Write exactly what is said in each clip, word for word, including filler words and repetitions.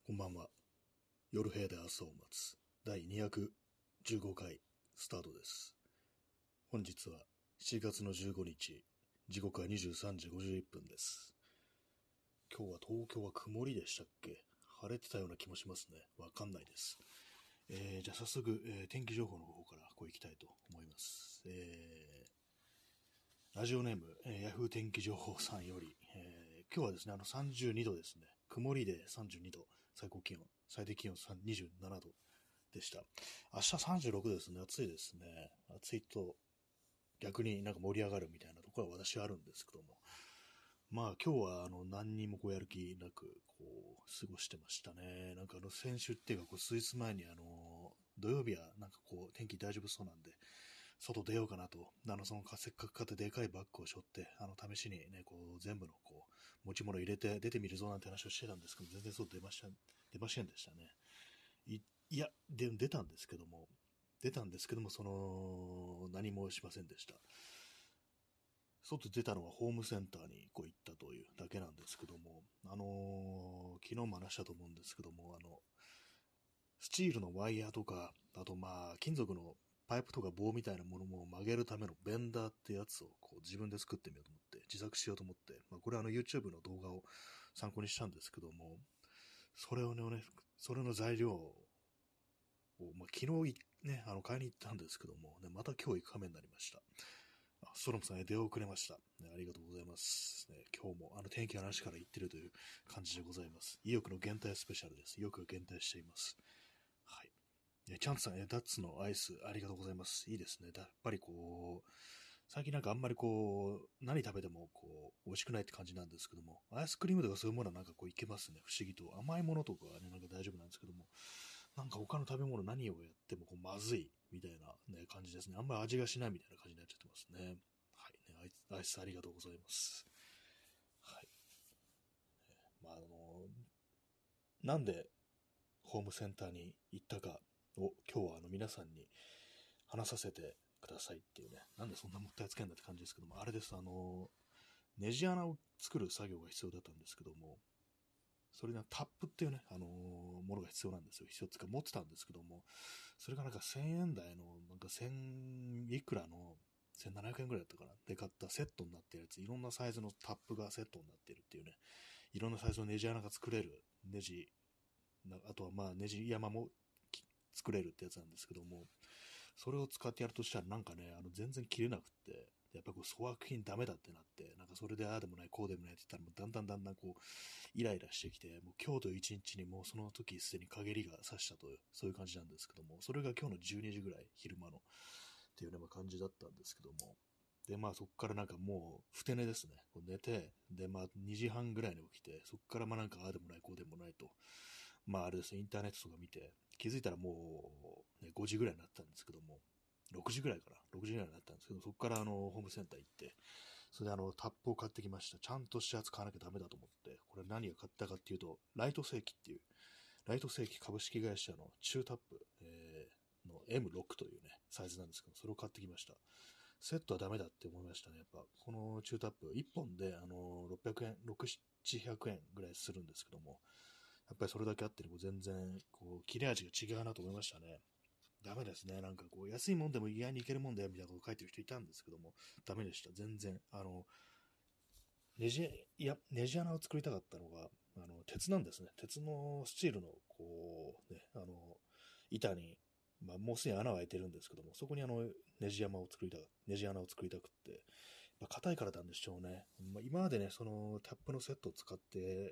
こんばんは。夜部屋で朝を待つだいにひゃくじゅうごかいスタートです。本日はしちがつのじゅうごにち、時刻はにじゅうさんじごじゅういっぷんです。今日は東京は曇りでしたっけ？晴れてたような気もしますね。わかんないです。えー、じゃあ早速、えー天気情報の方からこういきたいと思います。えー、ラジオネーム、えー、ヤフー天気情報さんより、えー今日はですね、あのさんじゅうにどですね。曇りでさんじゅうにど、最高気温、最低気温にじゅうななどでした。明日さんじゅうろくですね。暑いですね。暑いと逆になんか盛り上がるみたいなところは私はあるんですけども。まあ今日はあの何にもこうやる気なくこう過ごしてましたね。なんかあの先週っていうかこう数日前にあの土曜日はなんかこう天気大丈夫そうなんで外出ようかなと、あのそのせっかく買ってでかいバッグを背負ってあの試しにねこう全部のこう持ち物入れて出てみるぞなんて話をしてたんですけど全然外出ました出ませんでしたね。いいやで出たんですけども出たんですけどもその何もしませんでした。外出たのはホームセンターにこう行ったというだけなんですけども、あのー昨日も話したと思うんですけども、あの、スチールのワイヤーとか、あとまあ、金属のパイプとか棒みたいなものも曲げるためのベンダーってやつをこう自分で作ってみようと思って、自作しようと思って、まあ、これはあの YouTube の動画を参考にしたんですけども、それをね、それの材料を、まあ、昨日ね、あの買いに行ったんですけども、ね、また今日行く羽目になりました。あ、ソロムさん、出遅れました、ね。ありがとうございます。ね、今日もあの天気の話から言ってるという感じでございます。意欲の減退スペシャルです。意欲が減退しています。はい。えチャンツさん、えダッツのアイス、ありがとうございます。いいですね。やっぱりこう、最近なんかあんまりこう、何食べてもこう、美味しくないって感じなんですけども、アイスクリームとかそういうものはなんかこういけますね。不思議と。甘いものとかはね、なんか大丈夫なんですけども、なんか他の食べ物何をやってもこうまずいみたいな、ね、感じですね。あんまり味がしないみたいな感じになっちゃってますね。はい、ね。アイスありがとうございます。はい。まあ、あの、なんでホームセンターに行ったかを今日はあの皆さんに話させてくださいっていうね。なんでそんなもったいつけんだって感じですけども、あれです。あの、ネジ穴を作る作業が必要だったんですけども、それがタップっていうね、あのーものが必要なんですよ。一つか持ってたんですけども、それがなんかせんえん台の、なんかせんいくらの、せんななひゃくえんぐらいだったかな。で買ったセットになってるやつ、いろんなサイズのタップがセットになってるっていうね、いろんなサイズのネジ穴が作れるネジ、あとはまあネジ山も作れるってやつなんですけども、それを使ってやるとしたらなんかね、あの全然切れなくって、やっぱこう粗悪品ダメだってなって、なんかそれでああでもないこうでもないって言ったらもうだんだんだんだんこうイライラしてきて、もう今日という一日にもうその時すでに陰りが差したという、そういう感じなんですけども、それが今日のじゅうにじぐらい、昼間のっていうような感じだったんですけども、で、まあそこからなんかもう、ふて寝ですね。こう寝て、で、まあにじはんぐらいに起きて、そこからまあなんかああでもないこうでもないと、まああれですね、インターネットとか見て、気づいたらもう、ね、ごじぐらいになったんですけども、ろくじぐらいかな、ろくじぐらいになったんですけど、そこからあの、ホームセンター行って、それであの、タップを買ってきました。ちゃんとしたやつ買わなきゃダメだと思って、これ何が買ったかっていうと、ライト世紀っていう、ライト世紀株式会社の中タップ、えーの エムろく というね、サイズなんですけど、それを買ってきました。セットはダメだって思いましたね。やっぱ、この中タップ、いっぽんで、あの、ろっぴゃくえん、ろく、ななひゃくえんぐらいするんですけども、やっぱりそれだけあっても全然、こう、切れ味が違うなと思いましたね。ダメですね。なんかこう、安いもんでも意外にいけるもんだよみたいなこと書いてる人いたんですけども、ダメでした。全然。あの、ネジ、いや、ネジ穴を作りたかったのが、あの、鉄なんですね。鉄のスチールの、こう、ね、あの、板に、まあ、もうすでに穴は開いてるんですけども、そこにあの、ネジ山を作りた、ネジ穴を作りたくって、まあ、硬いからなんでしょうね。まあ、今までね、その、タップのセットを使って、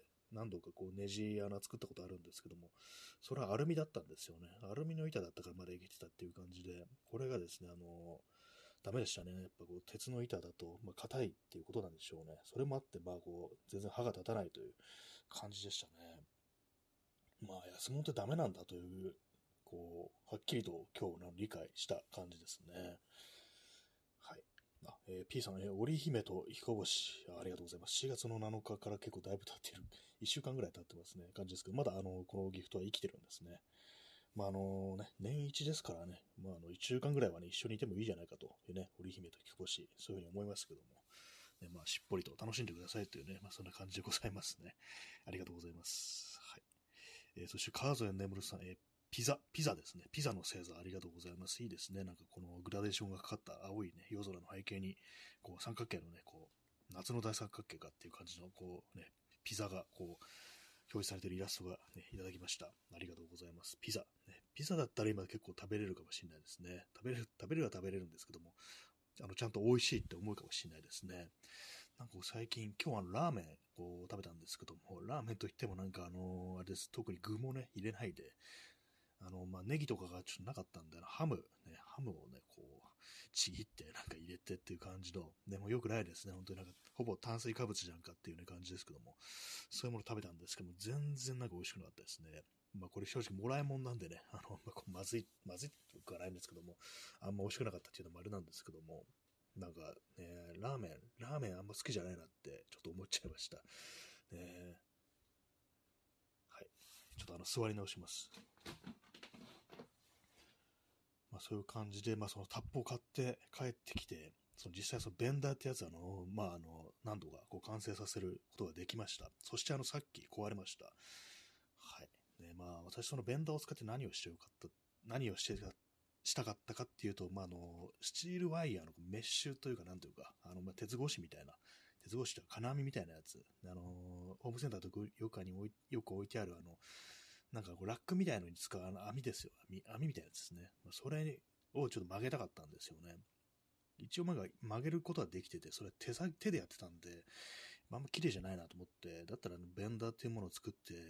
何度かこうネジ穴作ったことあるんですけども、それはアルミだったんですよね。アルミの板だったからまだいけてたっていう感じで、これがですね、あの、ダメでしたね。やっぱこう鉄の板だと、まあ、硬いっていうことなんでしょうね。それもあって、まあこう、全然歯が立たないという感じでしたね。まあ安物ってダメなんだという、こう、はっきりと今日の理解した感じですね。はい。あ、えー P さん、えー、織姫と彦星あ、ありがとうございます。しがつのなのかかから結構だいぶ経っている。いっしゅうかんぐらい経ってますね。感じですけど、まだあの、このギフトは生きてるんですね。まああのね、年一ですからね、まああの、いっしゅうかんぐらいはね、一緒にいてもいいじゃないかというね、織姫と彦星、そういうふうに思いますけども、ね、まあしっぽりと楽しんでくださいというね、まあそんな感じでございますね。ありがとうございます。はい。 えー、そして川添眠さん、えー、ピザ、ピザですね。ピザの星座ありがとうございます。いいですね。なんかこのグラデーションがかかった青いね、夜空の背景に、こう三角形のね、こう、夏の大三角形かっていう感じの、こうね、ピザがこう、表示されているイラストが、ね、いただきました。ありがとうございます。ピザ、ね。ピザだったら今結構食べれるかもしれないですね。食べれる、食べれるは食べれるんですけども、あの、ちゃんと美味しいって思うかもしれないですね。なんか最近、今日はあのラーメンを食べたんですけども、ラーメンといってもなんかあの、あれです、特に具もね、入れないで、あの、まあ、ネギとかがちょっとなかったんで、ハム、ね、ハムをね、こう、ちぎってなんか入れてっていう感じの、でもよくないですね、本当になんか、ほぼ炭水化物じゃんかっていうね感じですけども、そういうもの食べたんですけども、全然なんか美味しくなかったですね。まあこれ正直もらいもんなんでね、あの、まあ、まずい、まずいってはないんですけども、あんま美味しくなかったっていうのもあれなんですけども、なんかね、ラーメン、ラーメンあんま好きじゃないなってちょっと思っちゃいました。ね、はい。ちょっとあの、座り直します。まあ、そういう感じで、まあ、そのタップを買って帰ってきて、その実際そのベンダーってやつあの、まあ、あの、何度かこう完成させることができました。そしてあの、さっき壊れました。はい。ね、まあ、私そのベンダーを使って何をしてよかった、何をしてしたかったかっていうと、まあ、あの、スチールワイヤーのメッシュというか、なんというか、あの、まあ、鉄格子みたいな、鉄格子というか金網みたいなやつ、あの、ホームセンターとかよくに置いよく置いてあるあの、なんかこうラックみたいのに使うあの網ですよ。網、網みたいなやつですね。それをちょっと曲げたかったんですよね。一応曲げることはできてて、それ手手でやってたんで、あんま綺麗じゃないなと思って、だったらベンダーっていうものを作って、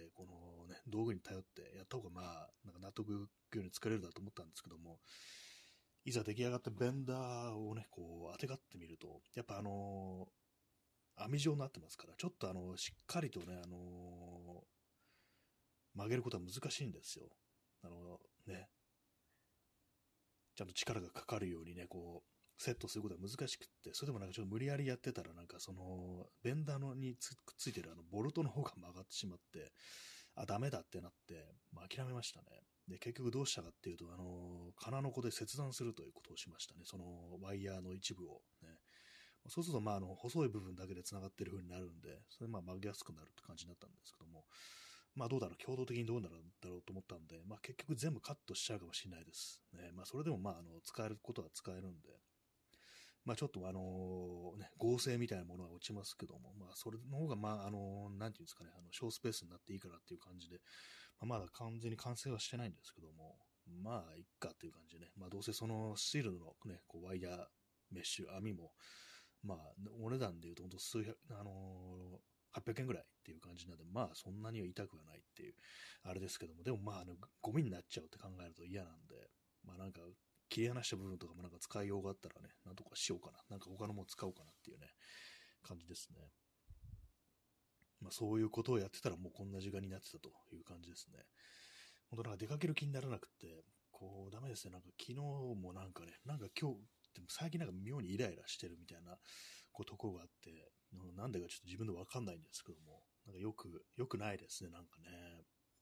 このね、道具に頼ってやった方がまあ、なんか納得いくように作れるだと思ったんですけども、いざ出来上がったベンダーをね、こう当てがってみると、やっぱあのー、網状になってますから、ちょっとあの、しっかりとね、あのー、曲げることは難しいんですよ。あのね、ちゃんと力がかかるようにね、こう、セットすることは難しくって、それでもなんかちょっと無理やりやってたら、なんかその、ベンダーのにつくっついてるあの、ボルトの方が曲がってしまって、あ、ダメだってなって、まあ、諦めましたね。で、結局どうしたかっていうと、あの、金の子で切断するということをしましたね。その、ワイヤーの一部をね。そうすると、まあ、あの、細い部分だけで繋がってる風になるんで、それまあ曲げやすくなるって感じになったんですけども、まあどうだろう、共同的にどうなるんだろうと思ったんで、まあ結局全部カットしちゃうかもしれないです。ね、まあそれでもまああの使えることは使えるんで、まあちょっとあのね、合成みたいなものは落ちますけども、まあそれの方がまああのなんていうんですかね、あの小スペースになっていいかなっていう感じで、まあ、まだ完全に完成はしてないんですけども、まあいっかっていう感じでね、まあどうせそのシールのね、こうワイヤー、メッシュ、網も、まあお値段で言うと本当数百、あのーはっぴゃくえんぐらいっていう感じなんで、まあそんなには痛くはないっていう、あれですけども、でもまああの、ゴミになっちゃうって考えると嫌なんで、まあなんか、切り離した部分とかもなんか使いようがあったらね、なんとかしようかな。なんか他のもの使おうかなっていうね、感じですね。まあそういうことをやってたらもうこんな時間になってたという感じですね。本当なんか出かける気にならなくて、こうダメですね。なんか昨日もなんかね、なんか今日、でも最近なんか妙にイライラしてるみたいなこところがあって、なんでかちょっと自分でわかんないんですけども、なんかよく、よくないですね、なんかね。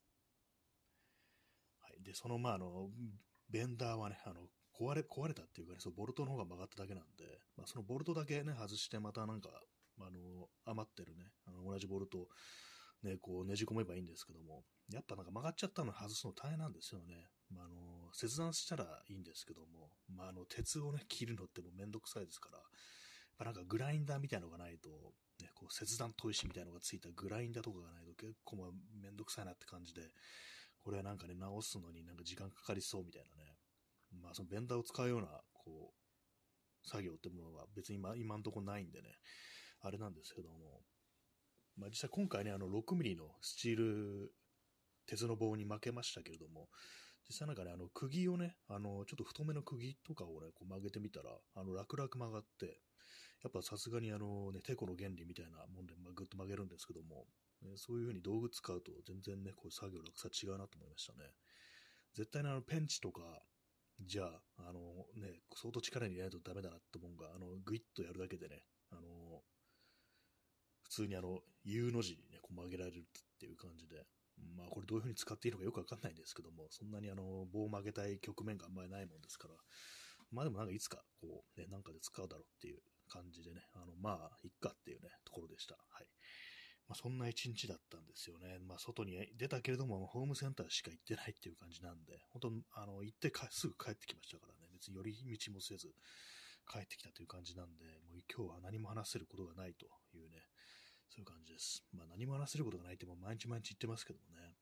はい。で、その、まあ、あの、ベンダーはね、あの、壊れ、壊れたっていうかね、そのボルトの方が曲がっただけなんで、まあ、そのボルトだけね、外して、またなんか、あの、余ってるね、あの同じボルトをね、こうねじ込めばいいんですけども、やっぱなんか曲がっちゃったの外すの大変なんですよね。まあ、あの、切断したらいいんですけども、まあ、あの、鉄をね、切るのってもうめんどくさいですから、やっぱなんかグラインダーみたいのがないと、ね、こう切断砥石みたいのがついたグラインダーとかがないと結構まあめんどくさいなって感じで、これはなんかね、直すのになんか時間かかりそうみたいなね。まあそのベンダーを使うような、こう、作業ってものは別に今、今んとこないんでね、あれなんですけども、まあ実際今回ね、あのろくミリのスチール、鉄の棒に負けましたけれども、実際なんかね、あの釘をね、あのちょっと太めの釘とかをね、こう曲げてみたら、あの楽々曲がって、やっぱさすがにあのね、テコの原理みたいなもんで、まあ、ぐっと曲げるんですけども、ね、そういう風に道具使うと全然ね、こう作業楽さ違うなと思いましたね。絶対にあのペンチとか、じゃあ、あのね、相当力に入れないとダメだなって思うが、あの、グイッとやるだけでね、あの、普通にあの、U の字にね、こう曲げられるっていう感じで、まあこれどういう風に使っていいのかよくわかんないんですけども、そんなにあの、棒を曲げたい局面があんまりないもんですから、まあでもなんかいつか、こう、ね、なんかで使うだろうっていう感じでね、あの、まあ、いっかっていうね、ところでした。はい。 まあ、そんな一日だったんですよね。まあ、外に出たけれども、ホームセンターしか行ってないっていう感じなんで、本当、あの、行ってかすぐ帰ってきましたからね、別に寄り道もせず帰ってきたという感じなんで、もう今日は何も話せることがないというね、そういう感じです。まあ、何も話せることがないってもう毎日毎日言ってますけどもね。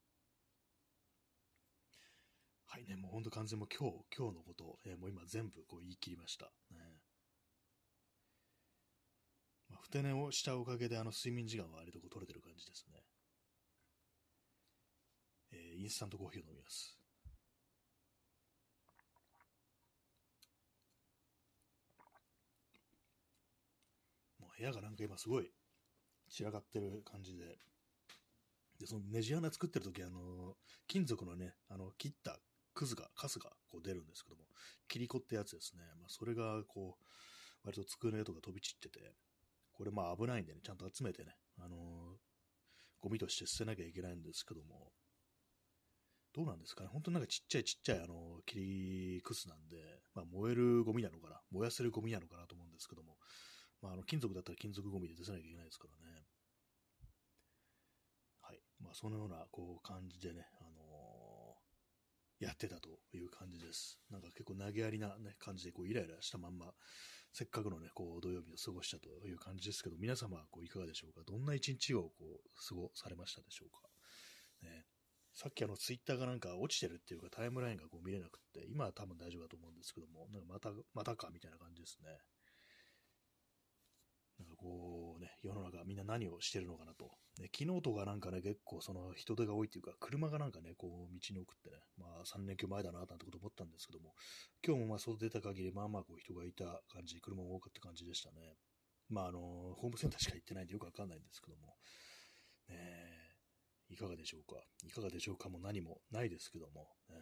はいね、もう本当完全にもう今日、今日のことを、えーもう今全部こう言い切りました。ね。まあ、ふて寝をしたおかげであの睡眠時間は割とこう取れてる感じですね。えーインスタントコーヒーを飲みます。もう部屋がなんか今すごい散らかってる感じで、で、そのネジ穴作ってる時あの、金属のね、あの、切ったクズが、カスがこう出るんですけども、切り子ってやつですね。まあ、それがこう、割と机とか飛び散ってて、これまあ危ないんでね、ちゃんと集めてね、あのーゴミとして捨てなきゃいけないんですけども、どうなんですかね、本当になんかちっちゃいちっちゃいあの切りクスなんで、まあ、燃えるゴミなのかな、燃やせるゴミなのかなと思うんですけども、まあ、あの金属だったら金属ゴミで出さなきゃいけないですからね。はい。まあ、そのようなこう感じでね、あのーやってたという感じです。なんか結構投げやりな、ね、感じでこうイライラしたまんま、せっかくのね、こう土曜日を過ごしたという感じですけど、皆様はこういかがでしょうか。どんな一日をこう過ごされましたでしょうか。ね、さっきあのツイッターがなんか落ちてるっていうかタイムラインがこう見れなくって、今は多分大丈夫だと思うんですけども、なんかまた、またかみたいな感じですね。なんかこうね、世の中みんな何をしてるのかなと。ね、昨日とかなんかね、結構その人手が多いっていうか、車がなんかね、こう道に送ってね、まあさん連休前だななんてこと思ったんですけども、今日もまあ外出た限り、まあまあこう人がいた感じ、車も多かった感じでしたね。まああの、ホームセンターしか行ってないんでよくわかんないんですけども、ねえ、いかがでしょうか。いかがでしょうかも何もないですけども、ね、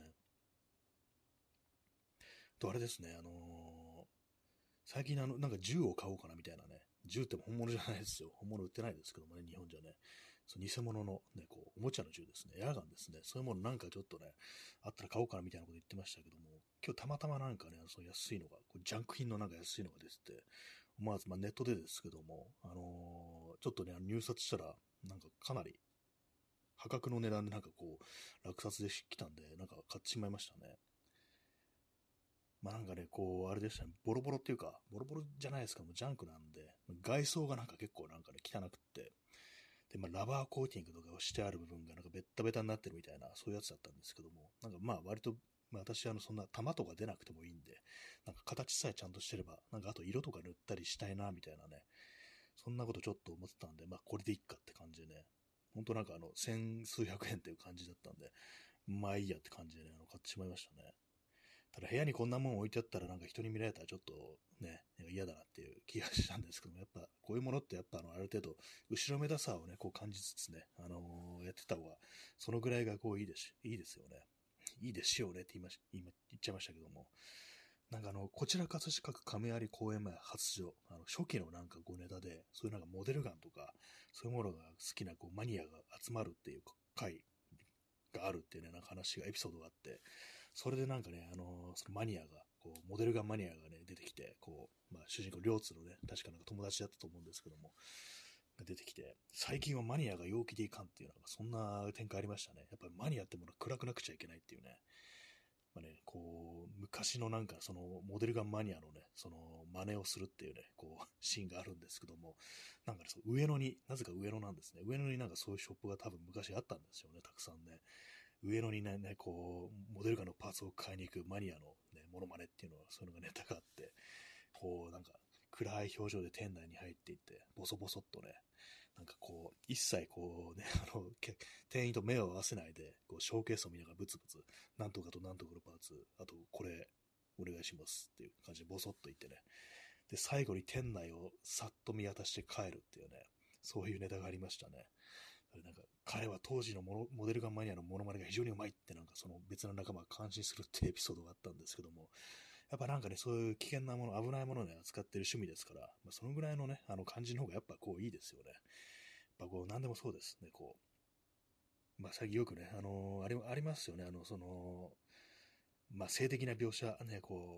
とあれですね、あのー最近あの、なんか銃を買おうかなみたいなね。銃って本物じゃないですよ。本物売ってないですけどもね、日本じゃね。そう偽物のね、こう、おもちゃの銃ですね。エアガンですね。そういうものなんかちょっとね、あったら買おうかなみたいなこと言ってましたけども、今日たまたまなんかね、その安いのが、こうジャンク品のなんか安いのが出てて、思わず、まあ、ネットでですけども、あのーちょっとね、入札したら、なんかかなり破格の値段でなんかこう、落札できたんで、なんか買ってしまいましたね。まあなんかね、こう、あれでしたね、ボロボロっていうか、ボロボロじゃないですか、もうジャンクなんで、外装がなんか結構なんかね、汚くって、で、まあラバーコーティングとかをしてある部分がなんかベッタベタになってるみたいな、そういうやつだったんですけども、なんかまあ割と、まあ私あのそんな玉とか出なくてもいいんで、なんか形さえちゃんとしてれば、なんかあと色とか塗ったりしたいな、みたいなね、そんなことちょっと思ってたんで、まあこれでいっかって感じでね、ほんとなんかあの、千数百円っていう感じだったんで、まあいいやって感じでね、あの買ってしまいましたね。ただ部屋にこんなもん置いてあったらなんか人に見られたらちょっとね、嫌だなっていう気がしたんですけども、やっぱこういうものってやっぱあのある程度後ろめたさをね、こう感じつつね、あのーやってた方が、そのぐらいがこういいです、いいですよね。いいですよねって言いまし今言っちゃいましたけども、なんかあの、こちら葛飾区亀有公園前発祥、あの初期のなんかごネタで、そういうなんかモデルガンとか、そういうものが好きなこうマニアが集まるっていう会があるっていうね、なんか話が、エピソードがあって、それでなんかね、あのーそのマニアが、こう、モデルガンマニアがね、出てきて、こう、まあ、主人公、両津のね、確かなんか友達だったと思うんですけども、が出てきて、最近はマニアが陽気でいかんっていう、なんかそんな展開ありましたね。やっぱりマニアってものは暗くなくちゃいけないっていうね、まあね、こう、昔のなんかそのモデルガンマニアのね、その真似をするっていうね、こう、シーンがあるんですけども、なんかね、そう上野に、なぜか上野なんですね。上野になんかそういうショップが多分昔あったんですよね、たくさんね。上野にね、ねこう、モデルガンのパーツを買いに行くマニアのね、モノマネっていうのは、そういうのがネタがあって、こう、なんか、暗い表情で店内に入っていって、ボソボソっとね、なんかこう、一切こうね、あの、店員と目を合わせないで、こう、ショーケースを見ながらブツブツ、なんとかとなんとかのパーツ、あと、これ、お願いしますっていう感じでボソッと言ってね。で、最後に店内をさっと見渡して帰るっていうね、そういうネタがありましたね。なんか彼は当時のモモデルガンマニアのモノマネが非常にうまいってなんかその別の仲間が感心するってエピソードがあったんですけども、やっぱなんかね、そういう危険なもの、危ないものをね、扱ってる趣味ですから、まあ、そのぐらいのね、あの感じの方がやっぱこういいですよね。やっぱこう何でもそうですね、こう、まあ最近よくね、あのーあれ、ありますよね、あの、その、まあ性的な描写ね、こう、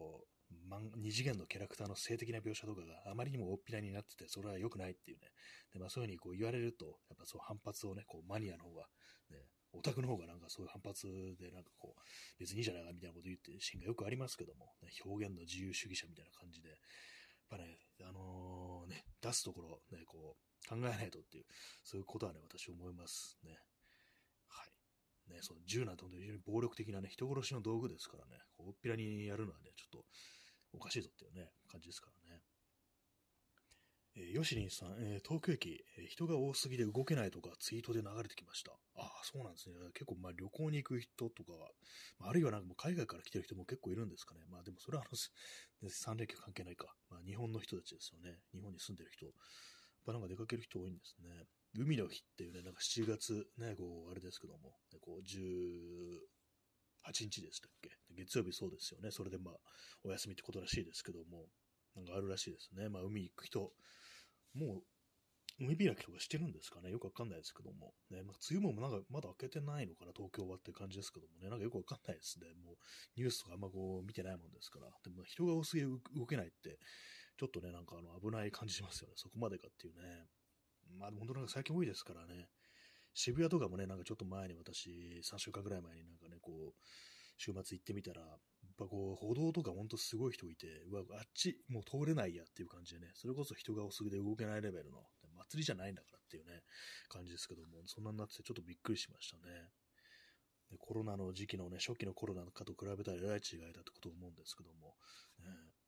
二次元のキャラクターの性的な描写とかがあまりにも大っぴらになってて、それは良くないっていうね。で、まあそういうふうにこう言われると、やっぱそう反発をね、こうマニアの方が、ね、オタクの方がなんかそういう反発でなんかこう、別にいいじゃないかみたいなこと言ってるシーンがよくありますけども、ね、表現の自由主義者みたいな感じで、やっぱね、あのー、ね、出すところ、ね、こう、考えないとっていう、そういうことはね、私思いますね。はい。ね、その銃なんて本当に非常に暴力的なね、人殺しの道具ですからね、こう大っぴらにやるのはね、ちょっとおかしいぞっていうね、感じですからね。えー、ヨシリンさん、えー、東京駅、えー、人が多すぎで動けないとかツイートで流れてきました。ああ、そうなんですね。結構まあ旅行に行く人とかは、まあ、あるいはなんかもう海外から来てる人も結構いるんですかね。まあでもそれはあの、さん連休関係ないか。まあ日本の人たちですよね。日本に住んでる人。やっぱなんか出かける人多いんですね。海の日っていうね、なんかしちがつね、こう、あれですけども、ね、こう、じゅうはちにちでしたっけ。月曜日そうですよね。それでまあ、お休みってことらしいですけども、なんかあるらしいですね。まあ、海行く人、もう、海開きとかしてるんですかね。よくわかんないですけども。ね、まあ、梅雨もなんかまだ開けてないのかな、東京はって感じですけどもね。なんかよくわかんないですね。もう、ニュースとかあんまこう見てないもんですから。でも人が多すぎて動けないって、ちょっとね、なんかあの危ない感じしますよね。そこまでかっていうね。まあ、本当なんか最近多いですからね。渋谷とかもね、なんかちょっと前に私、さんしゅうかんぐらい前になんかね、こう、週末行ってみたら、やっぱこう、歩道とかほんとすごい人いて、うわ、あっち、もう通れないやっていう感じでね、それこそ人が多すぎて動けないレベルの、祭りじゃないんだからっていうね、感じですけども、そんなになっててちょっとびっくりしましたね。でコロナの時期のね、初期のコロナかと比べたらえらい違いだってことを思うんですけども、ね、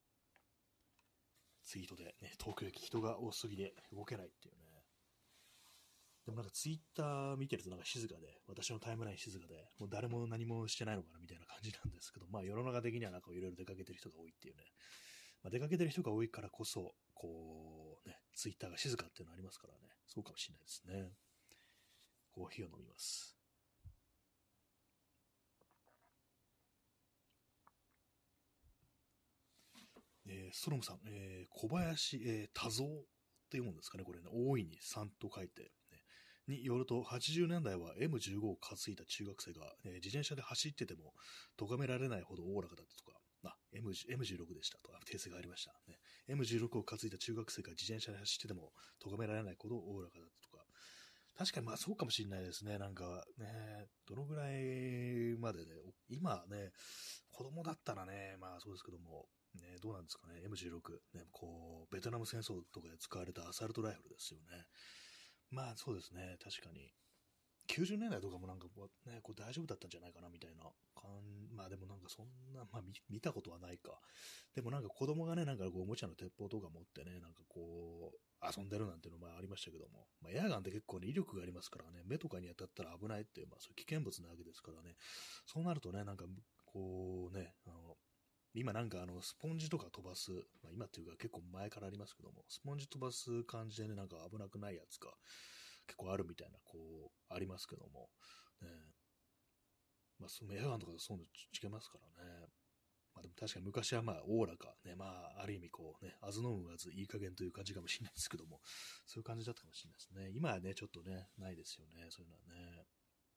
ツイートでね、東京駅人が多すぎて動けないっていうね、でもなんかツイッター見てるとなんか静かで、私のタイムライン静かで、もう誰も何もしてないのかなみたいな感じなんですけど、まあ世の中的にはなんかいろいろ出かけてる人が多いっていうね、まあ、出かけてる人が多いからこそ、こうね、ツイッターが静かっていうのありますからね、そうかもしれないですね。コーヒーを飲みます。えー、ストロムさん、えー、小林、えー、多蔵って読むんですかね、これね、大いにさんと書いて、ね、によると、はちじゅうねんだいは エムじゅうご を担いだ中学生が、えー、自転車で走ってても、咎められないほどおおらかだったとか、あ、エムじゅうろく でしたと、訂正がありました、ね。エムじゅうろく を担いだ中学生が自転車で走ってても、咎められないほどおおらかだったとか、確かにまあそうかもしれないですね。なんかね、どのぐらいまでね、今ね、子供だったらね、まあそうですけども、ね、どうなんですかね、エムじゅうろく、ね、こう、ベトナム戦争とかで使われたアサルトライフルですよね。まあそうですね、確かに。きゅうじゅうねんだいとかもなんかね、こう大丈夫だったんじゃないかなみたいな感、まあでもなんかそんな、まあ見見たことはないか。でもなんか子供がね、なんかこうおもちゃの鉄砲とか持ってね、なんかこう、遊んでるなんていうのもありましたけども、まあ、エアガンって結構ね、威力がありますからね、目とかに当たったら危ないっていう、まあそういう危険物なわけですからね、そうなるとね、なんかこうね、あの、今なんかあの、スポンジとか飛ばす、まあ、今っていうか結構前からありますけども、スポンジ飛ばす感じでね、なんか危なくないやつが結構あるみたいな、こう、ありますけども、ね、まあ、そのエアガンとかとそういうの違いますからね。まあでも確かに昔はまあ、おおらか、ね、まあ、ある意味こうね、あずのむあずいい加減という感じかもしれないですけども、そういう感じだったかもしれないですね。今はね、ちょっとね、ないですよね、そういうのはね。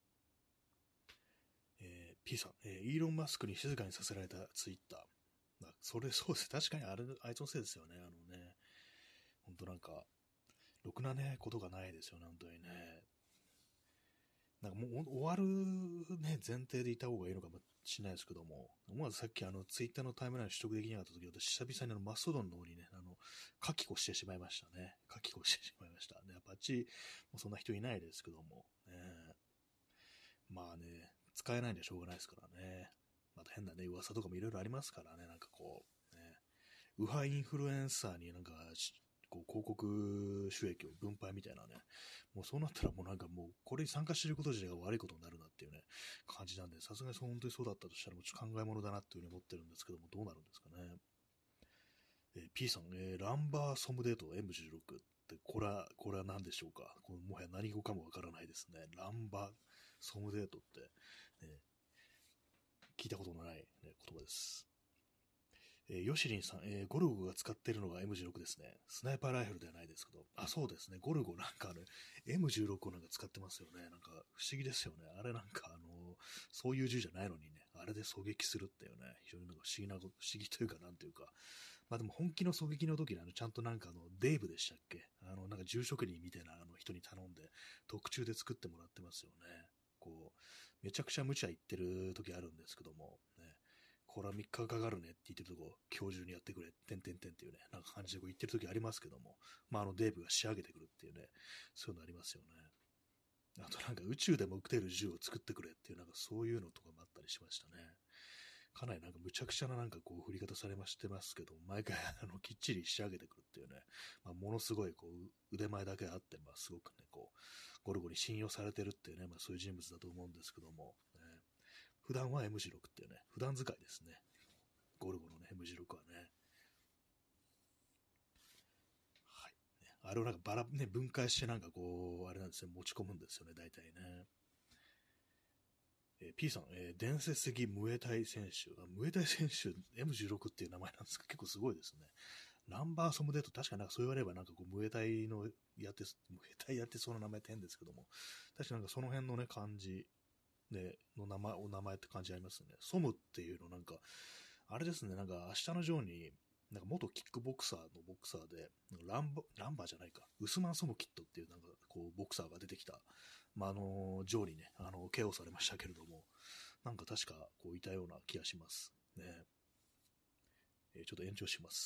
えー、P さん、えー、イーロン・マスクに静かにさせられたツイッター。まあ、それそうです。確かにあれ、あいつのせいですよね。あのね、本当なんか、ろくなね、ことがないですよね、本当にね。なんかもう終わるね、前提でいた方がいいのかもしれないですけども、思わずさっきあのツイッターのタイムライン取得できなかった時、私久々にあのマストドンの方にね、あの、書き越してしまいましたね。書き越してしまいました。ね、やっぱあっち、もうそんな人いないですけども、ね、まあね、使えないんでしょうがないですからね。また変なね、噂とかもいろいろありますからね、なんかこう、ね、右派インフルエンサーになんか、こう広告収益を分配みたいなね、もうそうなったらもうなんかもうこれに参加してること自体が悪いことになるなっていうね、感じなんで、さすがに本当にそうだったとしたらもうちょっと考え物だなっていうふうに思ってるんですけども、どうなるんですかね。えー、P さん、えー、ランバーソムデート エムじゅうろく って、これは、これは何でしょうか。このもはや何語かもわからないですね。ランバーソムデートって、ね、聞いたことのない、ね、言葉です。えー、ヨシリンさん、えー、ゴルゴが使っているのが エムじゅうろく ですね。スナイパーライフルではないですけど。あ、そうですね。ゴルゴなんかあれ、エムじゅうろく をなんか使ってますよね。なんか不思議ですよね。あれなんかあのー、そういう銃じゃないのにね。あれで狙撃するっていうね、非常になんか不思議な、不思議というか、なんていうか、まあでも本気の狙撃の時にあの、ちゃんとなんかあの、デーブでしたっけ、あの、なんか住職人みたいなあの人に頼んで、特注で作ってもらってますよね。こう、めちゃくちゃ無茶言ってる時あるんですけども、ね、これはみっかかかるねって言ってるとこ、今日中にやってくれ、てんてんてんっていうね、なんか感じでこう言ってる時ありますけども、まああのデーブが仕上げてくるっていうね、そういうのありますよね。あとなんか宇宙でも撃てる銃を作ってくれっていう、なんかそういうのとかもあったりしましたね。かなりなんかむちゃくちゃななんかこう振り方されましてますけど、毎回あのきっちり仕上げてくるっていうね、まあ、ものすごいこう腕前だけあって、まあすごくね、こう、ゴルゴに信用されてるっていうね、まあそういう人物だと思うんですけども、ね、普段は エムジーろく っていうね、普段使いですね。ゴルゴのね、エムジーろく はね。はい。ね、あれをなんかバラ、ね、分解してなんかこう、あれなんですね、持ち込むんですよね、大体ね。えー、P さん、えー伝説的ムエタイ選手。あ、ムエタイ選手 エムジーろく っていう名前なんですか？結構すごいですね。ランバーソムデート、確かになんかそう言われればなんかこう、ムエタイのやって、ムエタイやってそうな名前って変ですけども、確かになんかその辺のね、感じ、ね、の名前、お名前って感じありますね。ソムっていうのなんか、あれですね、なんか明日のジョーに、なんか元キックボクサーのボクサーで、ランバ、ランバーじゃないか、ウスマン・ソムキットっていうなんかこうボクサーが出てきた、まあ、あの、ジョーにね、あの、ケーオされましたけれども、なんか確かこういたような気がしますね。えーちょっと延長します。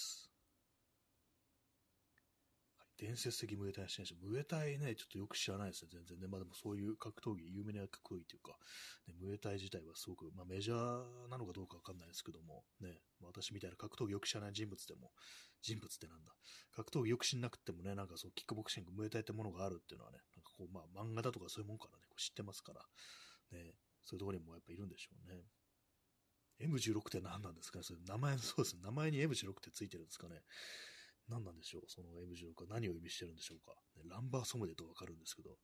伝説的ムエタイ選手。ムエタイね、ちょっとよく知らないですね、全然ね。まあでもそういう格闘技、有名な格闘技というか、ね、ムエタイ自体はすごく、まあ、メジャーなのかどうかわかんないですけども、ね、まあ、私みたいな格闘技よく知らない人物でも、人物ってなんだ、格闘技よく知んなくてもね、なんかそう、キックボクシング、ムエタイってものがあるっていうのはね、なんかこう、まあ漫画だとかそういうもんからね、こう知ってますから、ね、そういうところにもやっぱいるんでしょうね。エムジーろく って何なんですかね、それ名前、そうですね、名前に エムジーろく ってついてるんですかね。何なんでしょう、その エムジーろく は何を意味してるんでしょうか。ね、ランバーソムデとわかるんですけど、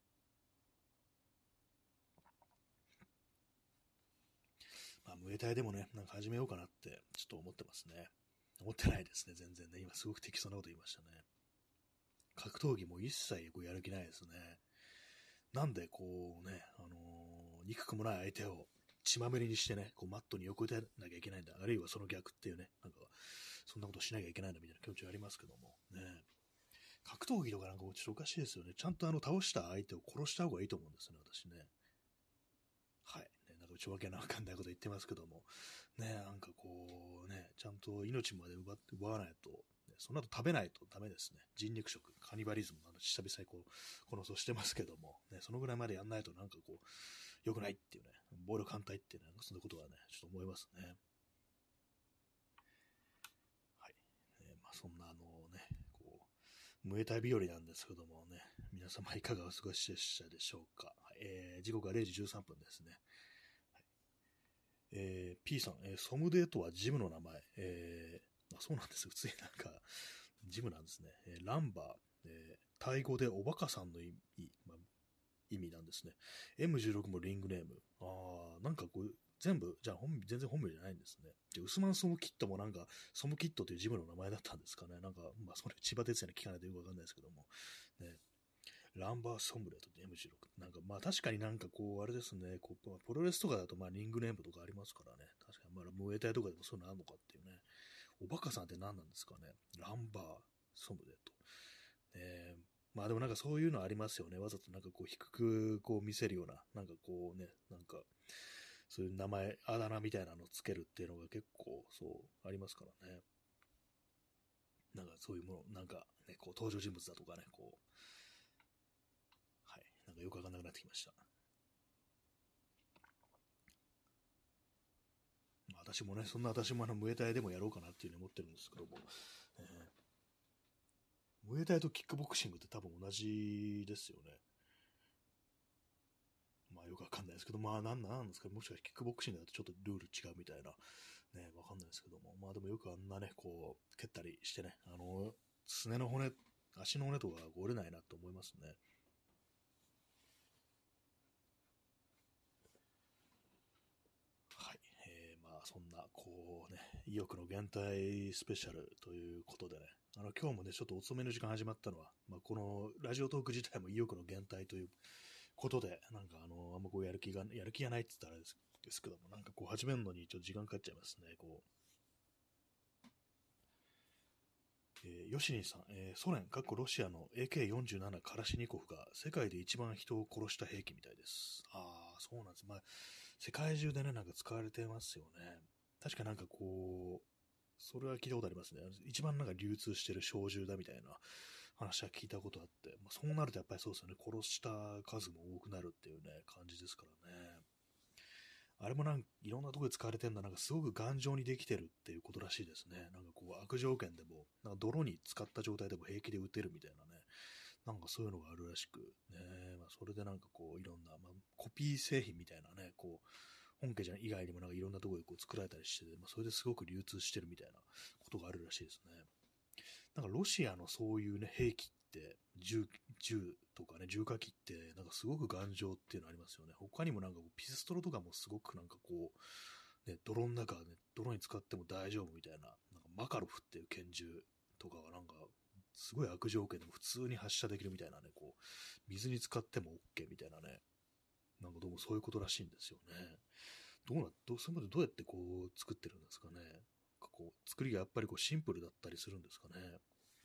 まあ、ムエタイでもね、なんか始めようかなって、ちょっと思ってますね。思ってないですね、全然ね。今すごく適当なこと言いましたね。格闘技も一切こうやる気ないですね。なんでこうね、あのー憎くもない相手を血まみれにしてね、こうマットに横打たなきゃいけないんだ。あるいはその逆っていうね、なんか、そんなことしなきゃいけないんだみたいな気持ちはありますけども、ね。格闘技とかなんかちょっとおかしいですよね。ちゃんとあの倒した相手を殺した方がいいと思うんですね、私ね。はい。ね、なんかちょわけのわかんないこと言ってますけども、ね、なんかこうね、ちゃんと命まで奪って奪わないと、ね、その後食べないとダメですね。人肉食、カニバリズムの久々にこう、このそうしてますけども、ね、そのぐらいまでやんないとなんかこう、良くないっていうね、暴力反対っていうね、そんなことはね、ちょっと思いますね。はい。ね、まあそんなあのね、こう、ムエタイ日和なんですけどもね、皆様いかがお過ごしでしたでしょうか。えー、時刻はれいじじゅうさんぷんですね。えー、P さん、えー、ソムデーとはジムの名前。えー、あ、そうなんですよ。普通になんか、ジムなんですね。えーランバー、えータイ語でおバカさんの意味、まあ、意味なんですね。エムジーろく もリングネーム。あー、なんかこう、全部、じゃあ本全然本名じゃないんですね。で、ウスマン・ソムキットもなんか、ソムキットというジムの名前だったんですかね。なんか、まあ、それ千葉哲也に聞かないとよくわかんないですけども。ね、ランバーソムレと エムジーろく。なんかまあ確かになんかこう、あれですね、こうプロレスとかだとまあリングネームとかありますからね。確かにまあムエタイとかでもそういうのあるのかっていうね。おバカさんって何なんですかね。ランバーソムレと。えー、まあでもなんかそういうのありますよね。わざとなんかこう低くこう見せるような、なんかこうね、なんかそういう名前、あだ名みたいなのをつけるっていうのが結構そうありますからね。なんかそういうもの、なんかね、こう登場人物だとかね、こう、はい、なんかよくわかんなくなってきました。まあ、私もね、そんな私もあの、ムエタイでもやろうかなっていうふうに思ってるんですけども、えー、ムエタイとキックボクシングって多分同じですよね。まあよくわかんないですけど、まあなんなんですか、もしかしてキックボクシングだとちょっとルール違うみたいな、ね、わかんないですけども、まあでもよくあんなね、こう、蹴ったりしてね、あの、すねの骨、足の骨とか折れないなと思いますね。はい。えー、まあそんな、こうね、意欲の減退スペシャルということでね、あの今日もね、ちょっと遅めの時間始まったのは、まあ、このラジオトーク自体も意欲の減退ということで、なんかあの、あんまこうやる気が、やる気がないって言ったらあれですですけども、なんかこう始めるのにちょっと時間かかっちゃいますね、こう。えー、ヨシニさん、えーソ連、かっこロシアの エーケーよんじゅうなな カラシニコフが世界で一番人を殺した兵器みたいです。ああ、そうなんです。まあ、世界中でね、なんか使われてますよね。確かなんかこう、それは聞いたことありますね。一番なんか流通してる小銃だみたいな話は聞いたことあって、まあ、そうなるとやっぱりそうですよね、殺した数も多くなるっていうね、感じですからね。あれもなんかいろんなところで使われてるんだ、なんかすごく頑丈にできてるっていうことらしいですね。なんかこう悪条件でも、なんか泥に使った状態でも平気で撃てるみたいなね、なんかそういうのがあるらしく、ね、まあ、それでなんかこういろんな、まあ、コピー製品みたいなね、こう、本家じゃ以外にもなんかいろんなところでこう作られたりしてて、まあ、それですごく流通してるみたいなことがあるらしいですね。なんかロシアのそういうね、兵器って、銃、銃とかね、重火器って、なんかすごく頑丈っていうのありますよね。他にもなんかこうピストルとかもすごくなんかこう、ね、泥の中ね、泥に使っても大丈夫みたいな、なんかマカロフっていう拳銃とかはなんか、すごい悪条件でも普通に発射できるみたいなね、こう、水に使っても OK みたいなね、なんかどうもそういうことらしいんですよね。どうな、どう、それまでどうやってこう作ってるんですかね。なんかこう、作りがやっぱりこうシンプルだったりするんですかね。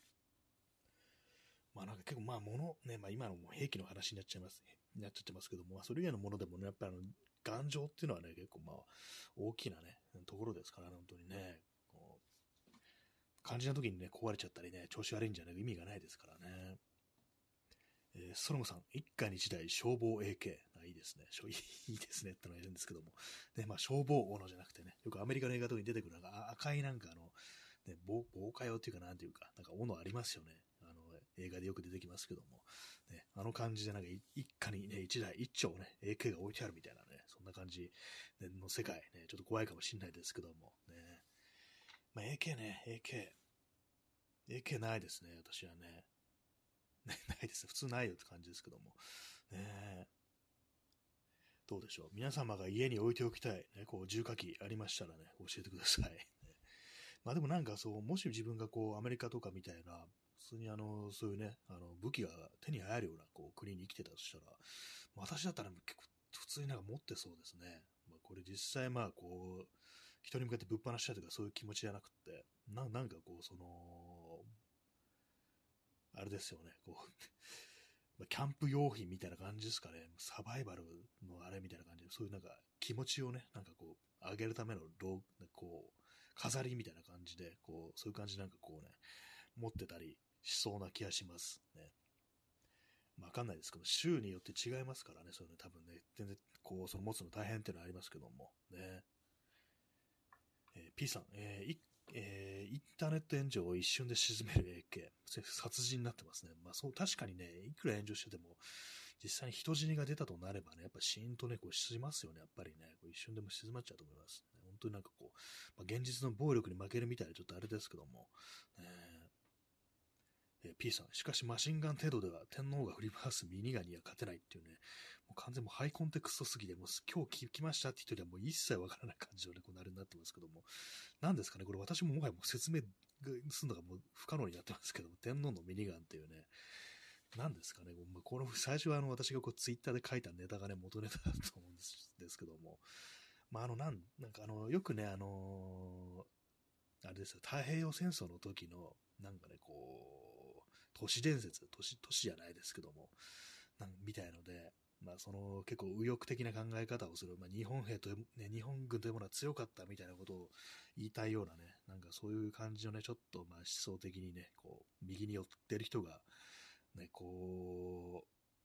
まあなんか結構まあ物、ね、まあ今のも兵器の話になっちゃいます、ね、なっちゃってますけども、まあそれ以外のものでもね、やっぱりあの、頑丈っていうのはね、結構まあ大きなね、ところですからね、本当にね、こう、肝心な時にね、壊れちゃったりね、調子悪いんじゃない意味がないですからね。えー、ソロムさん、一家に一台消防 エーケー。あ、いいですね。いいですねってのがいるんですけども。で、まあ消防斧じゃなくてね、よくアメリカの映画とかに出てくるなんか赤いなんかあの、ね、防防火用っていうかなんていうか、なんか斧ありますよね。あの、映画でよく出てきますけども。ね、あの感じでなんか一家にね、一台、一丁ね、エーケー が置いてあるみたいなね、そんな感じの世界ね、ちょっと怖いかもしれないですけども。ね。まあ エーケー ね、エーケー。エーケー ないですね、私はね。ないです。普通ないよって感じですけども。ね、どうでしょう。皆様が家に置いておきたい、ね、こう、重火器ありましたらね、教えてください。まあでもなんかそう、もし自分がこう、アメリカとかみたいな、普通にあの、そういうね、あの、武器が手に入るような、こう、国に生きてたとしたら、私だったら結構、普通になんか持ってそうですね。まあこれ実際まあこう、人に向かってぶっ放したいとかそういう気持ちじゃなくて、ななんかこう、その、あれですよね、こう、キャンプ用品みたいな感じですかね。サバイバルのあれみたいな感じで、そういうなんか気持ちをね、なんかこう、上げるためのロこう、飾りみたいな感じで、こう、そういう感じなんかこうね、持ってたりしそうな気がしますね。まあ、わかんないですけど、州によって違いますからね、そういうの多分ね、全然こう、その持つの大変っていうのはありますけども、ね。えー、P さん、えーいえーインターネット炎上を一瞬で沈める エーケー。殺人になってますね。まあそう、確かにね、いくら炎上してても、実際に人死にが出たとなればね、やっぱシーンとね、こう沈ますよね、やっぱりね。こう一瞬でも沈まっちゃうと思います。ね、本当になんかこう、まあ、現実の暴力に負けるみたいでちょっとあれですけども、ね、えー、P さん、しかしマシンガン程度では天皇が振り回すミニガンには勝てないっていうね、もう完全もうハイコンテクストすぎて、もう今日聞きましたって人にはもう一切わからない感じのね、こうなるになってますけども、なんですかね、これ私ももはやもう説明するのがもう不可能になってますけども、天皇のミニガンっていうね、なんですかね、この最初はあの私がこうツイッターで書いたネタがね、元ネタだと思うんですですけども、まあ、あの、なん、なんかあの、よくね、あのーあれですよ、太平洋戦争の時の、なんかね、こう、都市伝説、都市、都市じゃないですけども、なんみたいので、まあ、その結構右翼的な考え方をする、まあ、日本兵という、ね、日本軍というものは強かったみたいなことを言いたいようなね、なんかそういう感じのね、ちょっとまあ思想的にね、こう、右に寄ってる人が、ね、こ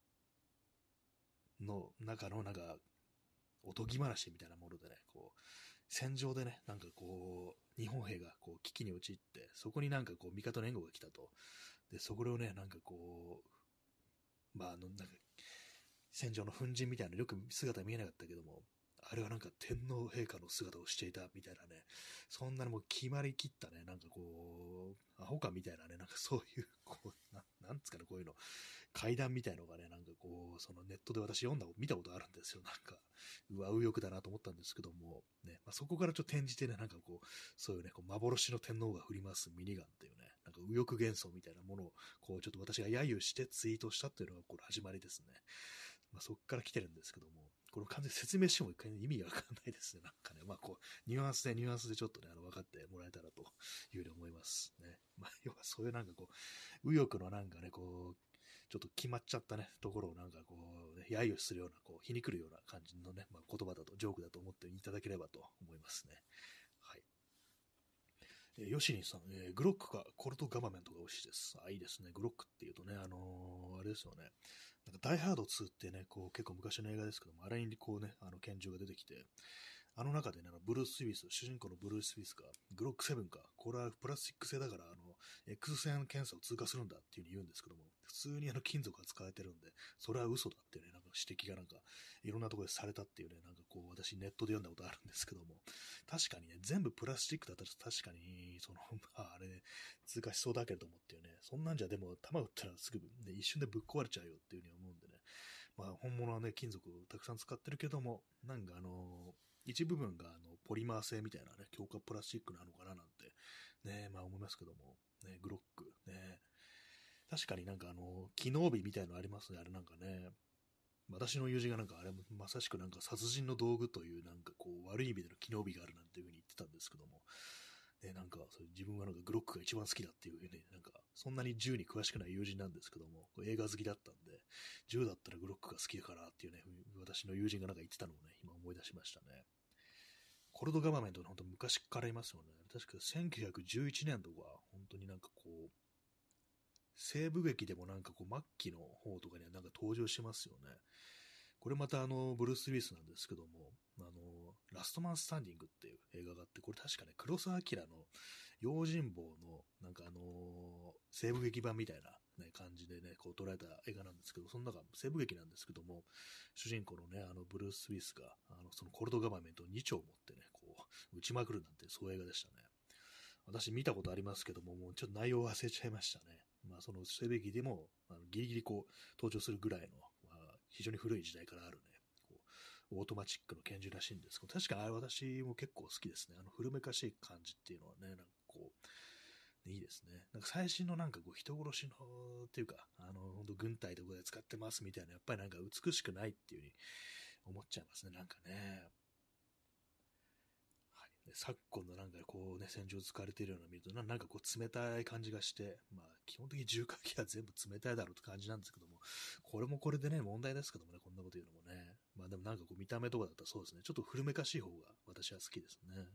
う、の中のなんか、おとぎ話みたいなものでね、こう、戦場でね、なんかこう、日本兵がこう危機に陥って、そこになんかこう、味方の援護が来たと。で、そこをね、なんかこう、まあ、あの、なんか、戦場の粉塵みたいなよく姿見えなかったけども、あれはなんか天皇陛下の姿をしていたみたいなね、そんなのもう決まりきったね、なんかこう、アホかみたいなね、なんかそういう、こう、ななんつかね、こういうの、階段みたいのがね、なんかこう、そのネットで私読んだ、見たことあるんですよ。なんか、うわ、右翼だなと思ったんですけども、ね、まあ、そこからちょっと転じてね、なんかこう、そういうね、こう幻の天皇が振りますミニガンっていうね、なんか右翼幻想みたいなものを、こう、ちょっと私が揶揄してツイートしたっていうのがこれ始まりですね。 まあ、そこから来てるんですけども、この完全に説明しても一回意味がわかんないですね。なんかね、まあこう、ニュアンスでニュアンスでちょっとね、あの分かってもらえたらというふうに思いますね。まあ、要はそういうなんかこう、右翼のなんかね、こう、ちょっと決まっちゃったね、ところをなんかこう、ね、揶揄するような、こう、皮肉るような感じのね、まあ、言葉だと、ジョークだと思っていただければと思いますね。はい。えー、ヨシニさん、えーグロックかコルトガバメントが推しです。あ、いいですね。グロックっていうとね、あのーあれですよね。なんかダイハードツーってね、こう結構昔の映画ですけども、あれにこうね、あの拳銃が出てきて、あの中でね、あのブルース・ウィス、主人公のブルース・ウィスが、グロックセブンか、これはプラスチック製だから、あの、X 線検査を通過するんだっていう風に言うんですけども、普通にあの金属が使われてるんで、それは嘘だっていうね、なんか指摘がなんか、いろんなところでされたっていうね、なんかこう、私ネットで読んだことあるんですけども、確かにね、全部プラスチックだったら確かに、その、まああれ、ね、通過しそうだけれどもっていうね、そんなんじゃでも、弾撃ったらすぐ、ね、一瞬でぶっ壊れちゃうよっていう風に思うんでね、まあ本物はね、金属をたくさん使ってるけども、なんかあの一部分があのポリマー製みたいなね、強化プラスチックなのかななんて、ね、まあ思いますけども、ね、グロック、ね、確かになんかあの、機能美みたいのありますね、あれなんかね、私の友人がなんかあれまさしくなんか殺人の道具というなんかこう悪い意味での機能美があるなんていう風に言ってたんですけども、ね、なんかそれ自分はなんかグロックが一番好きだっていう風に、なんかそんなに銃に詳しくない友人なんですけども、映画好きだったんで、銃だったらグロックが好きだからっていうね、私の友人がなんか言ってたのをね、今思い出しましたね。コルドガバメントの本当昔からいますよね。確かせんきゅうひゃくじゅういちねんとか、本当になんかこう、西部劇でもなんかこう末期の方とかにはなんか登場しますよね。これまたあの、ブルース・ウィリスなんですけども、あの、ラストマン・スタンディングっていう映画があって、これ確かね、黒澤明の用心棒の、なんかあの西部劇版みたいな、ね、感じでね、こう捉えた映画なんですけど、その中、西部劇なんですけども、主人公のね、あの、ブルース・ウィリスが、あの、そのコルドガバメントをに丁持ってね、こう、撃ちまくるなんて、そういう映画でしたね。私見たことありますけども、もうちょっと内容忘れちゃいましたね。まあ、その西部劇でも、あのギリギリこう、登場するぐらいの、非常に古い時代からあるね、こうオートマチックの拳銃らしいんですけど、確かあれ私も結構好きですね。あの古めかしい感じっていうのはね、なんかこう、いいですね。なんか最新のなんかこう人殺しのっていうか、あの、本当軍隊とかで使ってますみたいな、やっぱりなんか美しくないっていう風に思っちゃいますね、なんかね。はい、昨今のなんかこうね、戦場使われているようなのを見るとな、なんかこう冷たい感じがして、まあ基本的に重火器は全部冷たいだろうって感じなんですけども、これもこれでね、問題ですけどもね、こんなこと言うのもね。まあでもなんかこう見た目とかだったらそうですね、ちょっと古めかしい方が私は好きですね。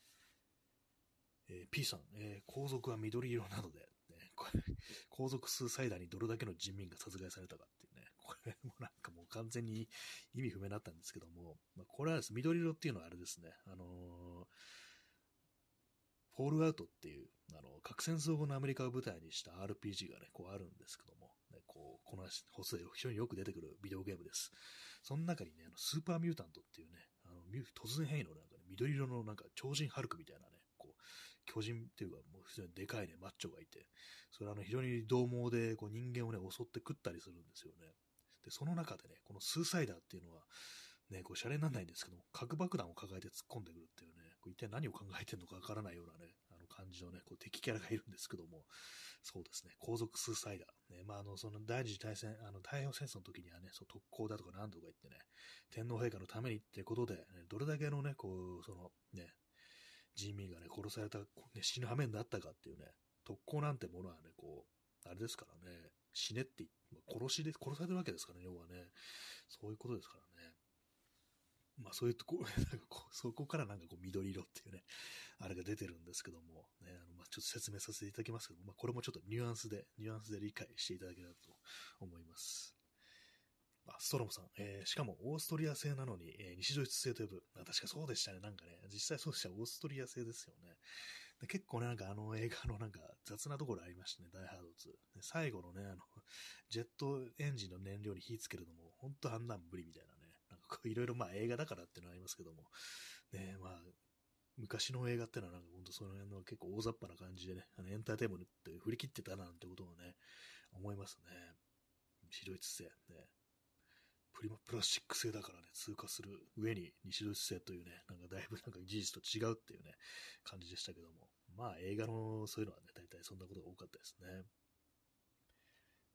えー、P さん、えー、皇族は緑色なので、ね、これ皇族数最大にどれだけの人民が殺害されたかっていうね、これもなんかもう完全に意味不明だったんですけども、まあ、これはです、緑色っていうのはあれですね、あのー、フォールアウトっていう、あの、核戦争後のアメリカを舞台にした アールピージー がね、こうあるんですけども、ね、こう、この補正を非常によく出てくるビデオゲームです。その中にね、あのスーパーミュータントっていうね、あの突然変異のなんかね、緑色のなんか超人ハルクみたいなね、こう、巨人っていうか、もう非常にでかいね、マッチョがいて、それはあの非常に獰猛でこう人間をね、襲って食ったりするんですよね。で、その中でね、このスーサイダーっていうのは、ね、こう、シャレにならないんですけども、核爆弾を抱えて突っ込んでくるっていうね、こう一体何を考えてるのかわからないようなね、あの感じのね、こう敵キャラがいるんですけども、そうですね、皇族スーサイダー。ね、まあ、あの、その第二次大戦、あの、太平洋戦争の時にはね、そう特攻だとか何とか言ってね、天皇陛下のためにってことで、ね、どれだけのね、こう、その、ね、人民がね、殺された、ね、死ぬ羽目になったかっていうね、特攻なんてものはね、こう、あれですからね、死ねって殺しで、殺されてるわけですからね、要はね、そういうことですからね。まあそういうとこ、なんかこうそこからなんかこう緑色っていうね、あれが出てるんですけども、ね、あのまあちょっと説明させていただきますけども、まあこれもちょっとニュアンスで、ニュアンスで理解していただければと思います。あ、ストロムさん、えー、しかもオーストリア製なのに、えー、西ドイツ製と呼ぶ。あ、確かそうでしたね。なんかね、実際そうでした。オーストリア製ですよね。で結構ね、なんかあの映画のなんか雑なところありましたね、ダイハードツー。ね、最後のね、あの、ジェットエンジンの燃料に火つけるのも、本当あんなん無理みたいなね。なんかこういろいろまあ映画だからっていうのはありますけども、ね、まあ、昔の映画ってのはなんか本当その辺の結構大雑把な感じでね、あのエンターテインメントって振り切ってたなんてことをね、思いますね。西ドイツ製。ね。プリマプラスチック製だからね、通過する上に西ドイツ製というね、なんかだいぶなんか事実と違うっていうね、感じでしたけども。まあ映画のそういうのはね、大体そんなことが多かったですね。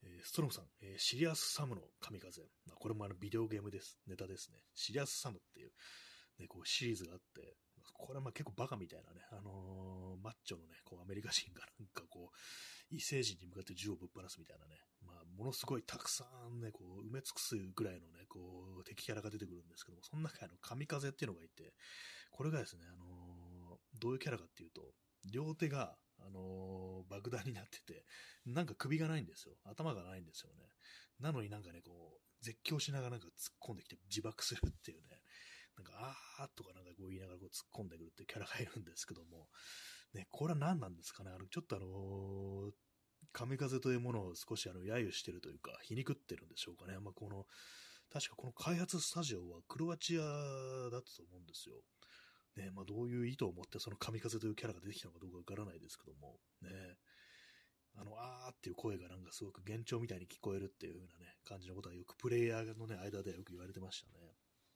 えーストロムさん、えーシリアスサムの神風。まあ、これもあのビデオゲームです。ネタですね。シリアスサムっていう、ね、こうシリーズがあって、これはまあ結構バカみたいなね、あのーマッチョのね、こうアメリカ人がなんかこう、異星人に向かって銃をぶっ放すみたいなね、まあ、ものすごいたくさんね、こう、埋め尽くすぐらいのね、こう、敵キャラが出てくるんですけども、その中にあの、神風っていうのがいて、これがですね、あのーどういうキャラかっていうと、両手が、あのー爆弾になってて、なんか首がないんですよ。頭がないんですよね。なのになんかね、こう、絶叫しながらなんか突っ込んできて自爆するっていうね、なんか、あーとかなんかこう言いながらこう突っ込んでくるっていうキャラがいるんですけども、ね、これは何なんですかね。あの、ちょっとあのー神風というものを少しあの揶揄してるというか、皮肉ってるんでしょうかね。まあ、この、確かこの開発スタジオはクロアチアだったと思うんですよ。ね、まあ、どういう意図を持ってその神風というキャラが出てきたのかどうかわからないですけども、ね、あの、あーっていう声がなんかすごく幻聴みたいに聞こえるっていう風なね、感じのことはよくプレイヤーのね、間ではよく言われてましたね。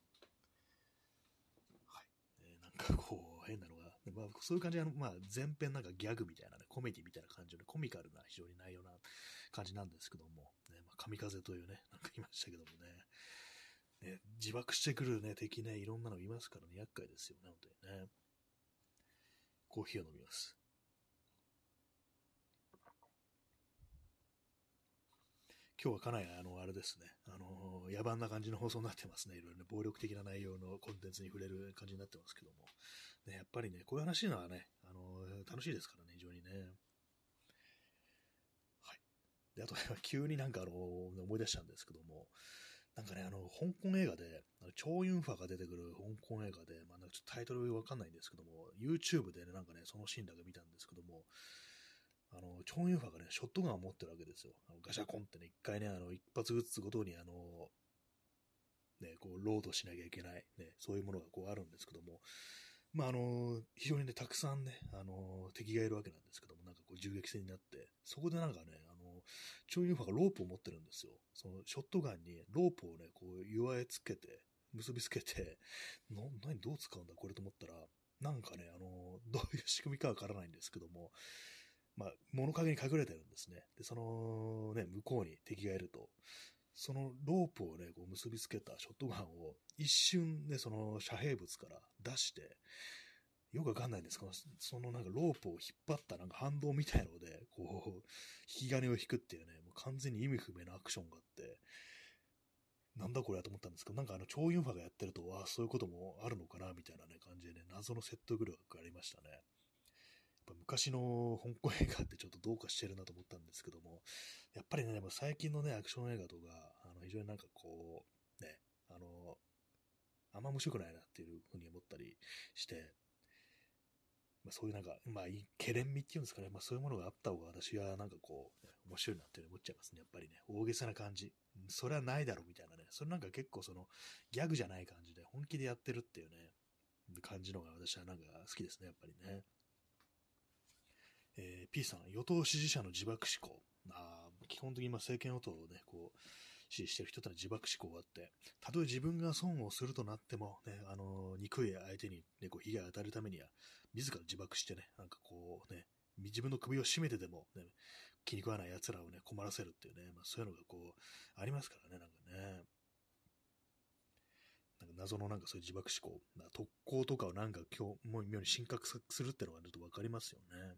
はい。えーなんかこう、変なのが、まあ、そういう感じで、あの、まあ、前編なんかギャグみたいなね、コメディみたいな感じの、ね、コミカルな非常に内容な感じなんですけども、ね、まあ、神風というね、なんか言いましたけどもね、ね、自爆してくるね、敵ね、いろんなのいますからね、厄介ですよね、本当にね。コーヒーを飲みます。今日はかなり、あの、あれですね、あのー野蛮な感じの放送になってますね。いろいろね、暴力的な内容のコンテンツに触れる感じになってますけども。ね、やっぱりね、こういう話のはね、あのー楽しいですからね、非常にね。はい。で、あと、急になんかあのー思い出したんですけども、なんかね、あの、香港映画で、あのチョウ・ユンファが出てくる香港映画で、まあ、なんかちょっとタイトルわかんないんですけども、YouTube でね、なんかね、そのシーンだけ見たんですけども、あの、チョン・ユンファがね、ショットガンを持ってるわけですよ。あのガシャコンってね、一回ね、あの、一発撃つごとに、あの、ね、こう、ロードしなきゃいけない、ね、そういうものがこうあるんですけども、まあ、あの、非常にね、たくさんね、あの、敵がいるわけなんですけども、なんかこう、銃撃戦になって、そこでなんかね、あの、チョン・ユンファがロープを持ってるんですよ。その、ショットガンにロープをね、こう、岩へつけて、結びつけて、な、何、どう使うんだ、これと思ったら、なんかね、あの、どういう仕組みかわからないんですけども、まあ、物陰に隠れてるんですね。で、そのね、向こうに敵がいると、そのロープをね、こう結びつけたショットガンを一瞬でその遮蔽物から出して、よくわかんないんですけど、そのなんかロープを引っ張ったなんか反動みたいので、こう、引き金を引くっていうね、もう完全に意味不明なアクションがあって、なんだこれやと思ったんですけど、なんかあの、超ユンファがやってると、わあ、そういうこともあるのかな、みたいなね、感じでね、謎の説得力がありましたね。ぱ昔の香港映画ってちょっとどうかしてるなと思ったんですけども、やっぱりね、でも最近のね、アクション映画とか、あの非常になんかこう、ね、あの、あんま面白くないなっていうふうに思ったりして、まあ、そういうなんか、まあ、けれんみっていうんですかね、まあ、そういうものがあった方が私はなんかこう、ね、面白いなって思っちゃいますね、やっぱりね、大げさな感じ。それはないだろうみたいなね、それなんか結構その、ギャグじゃない感じで、本気でやってるっていうね、感じのが私はなんか好きですね、やっぱりね。えー、P さん、与党支持者の自爆思考。あ基本的に今政権与党をね、こう、支持している人とは自爆思考があって、たとえ自分が損をするとなっても、ね、あのー、憎い相手に、ね、こう被害を与えるためには、自ら自爆してね、なんかこうね、自分の首を絞めてでも、ね、気に食わない奴らをね、困らせるっていうね、まあ、そういうのがこう、ありますからね、なんかね。なんか謎のなんかそういう自爆思考、特攻とかをなんか今日、もう妙に深刻化するっていうのがちょっとわかりますよね。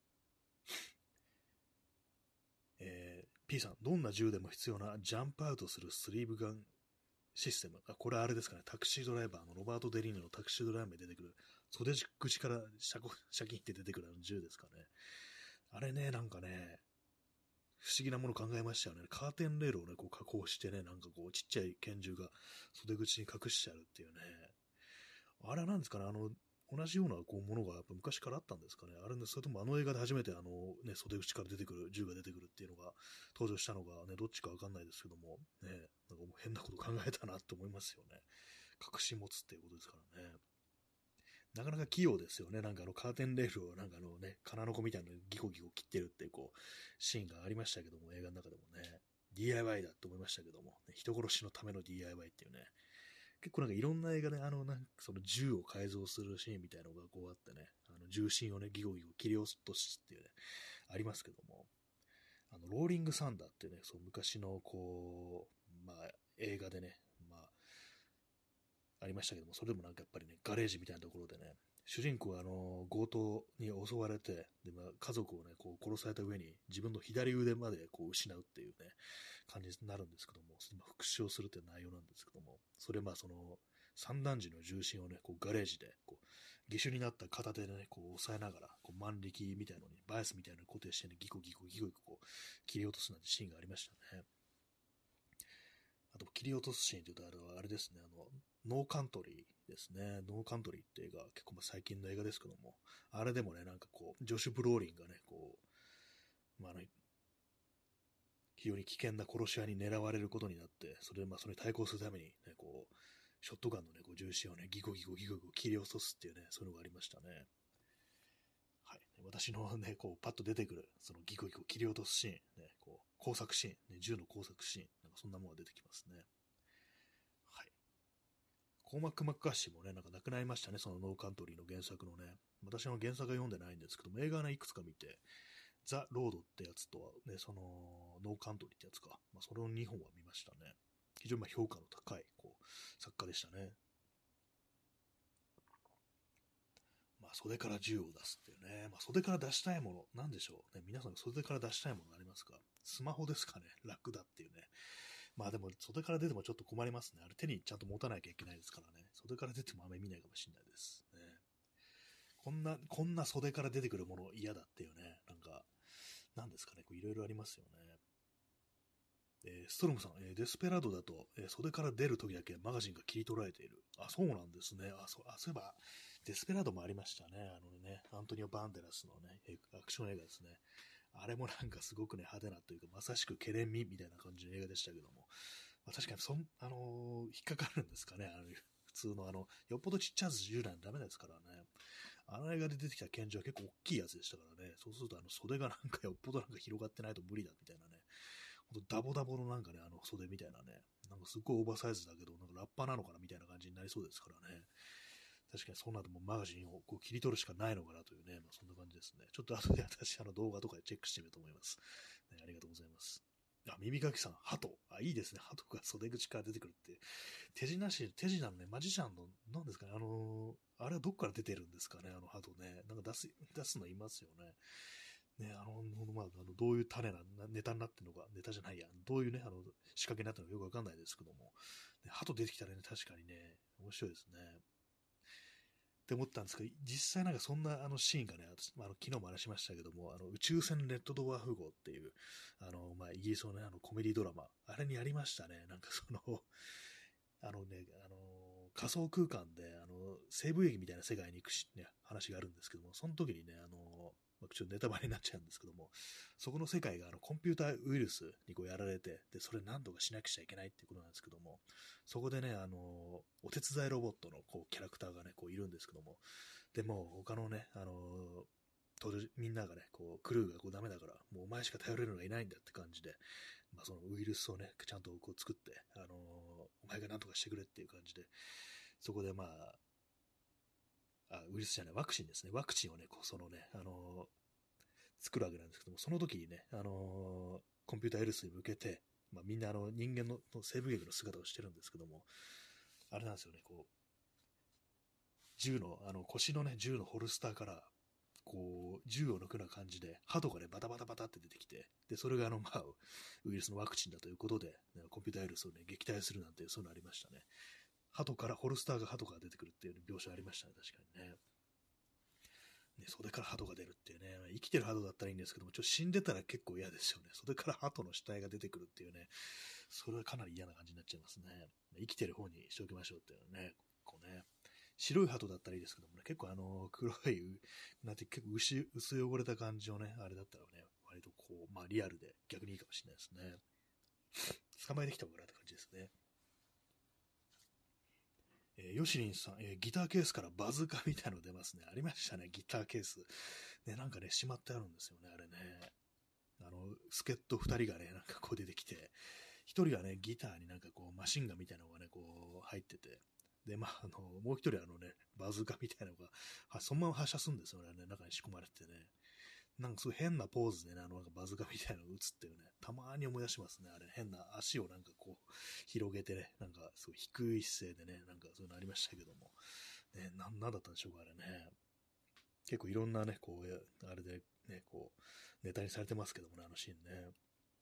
えー、P さん、どんな銃でも必要なジャンプアウトするスリーブガンシステム。あ、これあれですかね。タクシードライバーのロバート・デ・リーノのタクシードライバーに出てくる、袖口からシャコシャキンって出てくるあの銃ですかね。あれね、なんかね、不思議なもの考えましたよね。カーテンレールをね、こう加工してね、なんかこう、ちっちゃい拳銃が袖口に隠してあるっていうね。あれはなんですかね、あの、同じようなこうものがやっぱ昔からあったんですかね。あれね、それともあの映画で初めてあの、ね、袖口から出てくる、銃が出てくるっていうのが登場したのがね、どっちかわかんないですけども、ね、なんかもう変なこと考えたなって思いますよね。隠し持つっていうことですからね。なかなか器用ですよね。なんかあのカーテンレールをなんかあのね、金の子みたいなのギコギコ切ってるっていうこう、シーンがありましたけども、映画の中でもね、ディーアイワイ だと思いましたけども、ね、人殺しのための ディーアイワイ っていうね、結構なんかいろんな映画であのなんかその銃を改造するシーンみたいなのがこうあってね、あの重心をね、ギコギコ切り落とすっていうね、ありますけども、 あの、ローリングサンダーっていうね、そう昔のこう、まあ映画でね、まあありましたけども、それでもなんかやっぱりね、ガレージみたいなところでね、主人公はあの強盗に襲われて、でまあ、家族をね、こう殺された上に自分の左腕までこう失うっていうね、感じになるんですけども、その復讐をするっていう内容なんですけども、それまあその散弾時の重心をね、こうガレージでこう義手になった片手でね、こう押さえながら、こう万力みたいなのに、バイスみたいなのに固定してね、ギコギコギコギコこう切り落とすなんてシーンがありましたね。あと、切り落とすシーンというと、あれはあれですね、あの、ノーカントリーですね。ノーカントリーって映画、結構まあ最近の映画ですけども、あれでもね、なんかこう、ジョシュ・ブローリンがね、こう、まあ、あの、非常に危険な殺し屋に狙われることになって、それでまあ、それに対抗するために、ね、こう、ショットガンのね、こう重心をね、ギコギコギコギコ切り落とすっていうね、そういうのがありましたね。はい。私のね、こう、パッと出てくる、そのギコギコ切り落とすシーン、ね、こう、工作シーン、ね、銃の工作シーン、なんかそんなものが出てきますね。はい。コーマック・マッカーシーもね、なんか亡くなりましたね、そのノーカントリーの原作のね。私の原作は読んでないんですけども、映画はね、いくつか見て、ザ・ロードってやつとは、ね、その、ノーカントリーってやつか。まあ、それをにほんは見ましたね。非常にまあ評価の高い、こう、作家でしたね。まあ、袖から銃を出すっていうね。まあ、袖から出したいもの、なんでしょうね。皆さん袖から出したいものありますか？スマホですかね。楽だっていうね。まあでも、袖から出てもちょっと困りますね。あれ手にちゃんと持たなきゃいけないですからね。袖から出てもあんまり見ないかもしれないです。ね。こんな、こんな袖から出てくるもの嫌だっていうね。なんか、なんですかね。こういろいろありますよね。えーストロムさん、えーデスペラードだと、えー袖から出るときだけマガジンが切り取られている。あ、そうなんですね。あ、そう、あ、そういえば、デスペラードもありましたね。あのね、アントニオ・バンデラスのね、えーアクション映画ですね。あれもなんかすごくね、派手なというか、まさしくケレン味みたいな感じの映画でしたけども、まあ、確かにそん、あのー引っかかるんですかね。あの普通のあの、よっぽどちっちゃい銃弾ダメですからね。あの映画で出てきた拳銃は結構大きいやつでしたからね。そうするとあの袖がなんかよっぽどなんか広がってないと無理だみたいなね。ほんとダボダボのなんかね、あの袖みたいなね。なんかすっごいオーバーサイズだけど、なんかラッパーなのかなみたいな感じになりそうですからね。確かにそうなるともうマガジンをこう切り取るしかないのかなというね、まあ、そんな感じですね。ちょっと後で私あの動画とかでチェックしてみようと思います。ね、ありがとうございます。あ、耳かきさん、鳩。あ、いいですね。鳩が袖口から出てくるって。手品師、手品のね、マジシャンの、なんですかね、あのーあれはどっから出てるんですかね、あの鳩ね。なんか出す、出すのいますよね。ね、あの、まあ、あのどういう種な、ネタになってるのか、ネタじゃないや、どういうね、あの、仕掛けになってるのかよくわかんないですけども、ね、鳩出てきたらね、確かにね、面白いですね。って思ったんですけど、実際なんかそんなあのシーンがね、私まあ、あの昨日も話しましたけども、あの宇宙船レッドドワーフ号っていう、あの、まあ、イギリスのね、あのコメディドラマ、あれにありましたね。なんかその、あのね、あの、仮想空間で、あの、西部劇みたいな世界に行くし、ね、話があるんですけども、その時にね、あの、まあちょっとネタバレになっちゃうんですけども、そこの世界があのコンピューターウイルスにこうやられて、で、それ何とかしなくちゃいけないっていうことなんですけども、そこでね、あの、お手伝いロボットのこうキャラクターがね、こういるんですけども、でも他のね、あの、登場みんながね、こう、クルーがこうダメだから、もうお前しか頼れるのがいないんだって感じで、まあ、そのウイルスをね、ちゃんとこう作って、あのーお前が何とかしてくれっていう感じで、そこでまあ、あ、ウイルスじゃない、ワクチンですね。ワクチンをね、こうそのね、あのー作るわけなんですけども、その時にね、あのーコンピューターウイルスに向けて、まあ、みんなあの人間の西部劇の姿をしてるんですけども、あれなんですよね、こう、銃の、あの腰のね、銃のホルスターから、こう、銃を抜くような感じで、鳩がね、バタバタバタって出てきて、で、それがあの、まあ、ウイルスのワクチンだということで、ね、コンピューターウイルスをね、撃退するなんて、そういうのありましたね。鳩から、ホルスターが鳩から出てくるっていう描写ありましたね、確かにね。ね、袖から鳩が出るっていうね、生きてる鳩だったらいいんですけども、ちょっと死んでたら結構嫌ですよね。袖から鳩の死体が出てくるっていうね、それはかなり嫌な感じになっちゃいますね。生きてる方にしておきましょうっていうね、こうね、白い鳩だったらいいですけどもね、結構あの、黒い、なんて結構薄薄汚れた感じのね、あれだったらね、割とこう、まあリアルで逆にいいかもしれないですね。捕まえてきた方がなって感じですね。えーヨシリンさん、えーギターケースからバズーカみたいなの出ますね。ありましたね、ギターケース。ね、なんかね、しまってあるんですよね、あれね。あの、助っ人二人がね、なんかこう出てきて、一人がね、ギターになんかこう、マシンガンみたいなのがね、こう、入ってて、で、まあ、あの、もう一人あのね、バズーカみたいなのが、はそのまま発射するんですよね、中に仕込まれてね。 なんかすごい変なポーズでね、あのなんかバズーカみたいなのを打つっていうね、たまーに思い出しますね。あれ、変な足をなんかこう、広げてね、なんかすごい低い姿勢でね、なんかそういうのありましたけども、ね、なん、なんだったんでしょうか、あれね。結構いろんなね、こう、あれでね、こう、ネタにされてますけどもね、あのシーンね。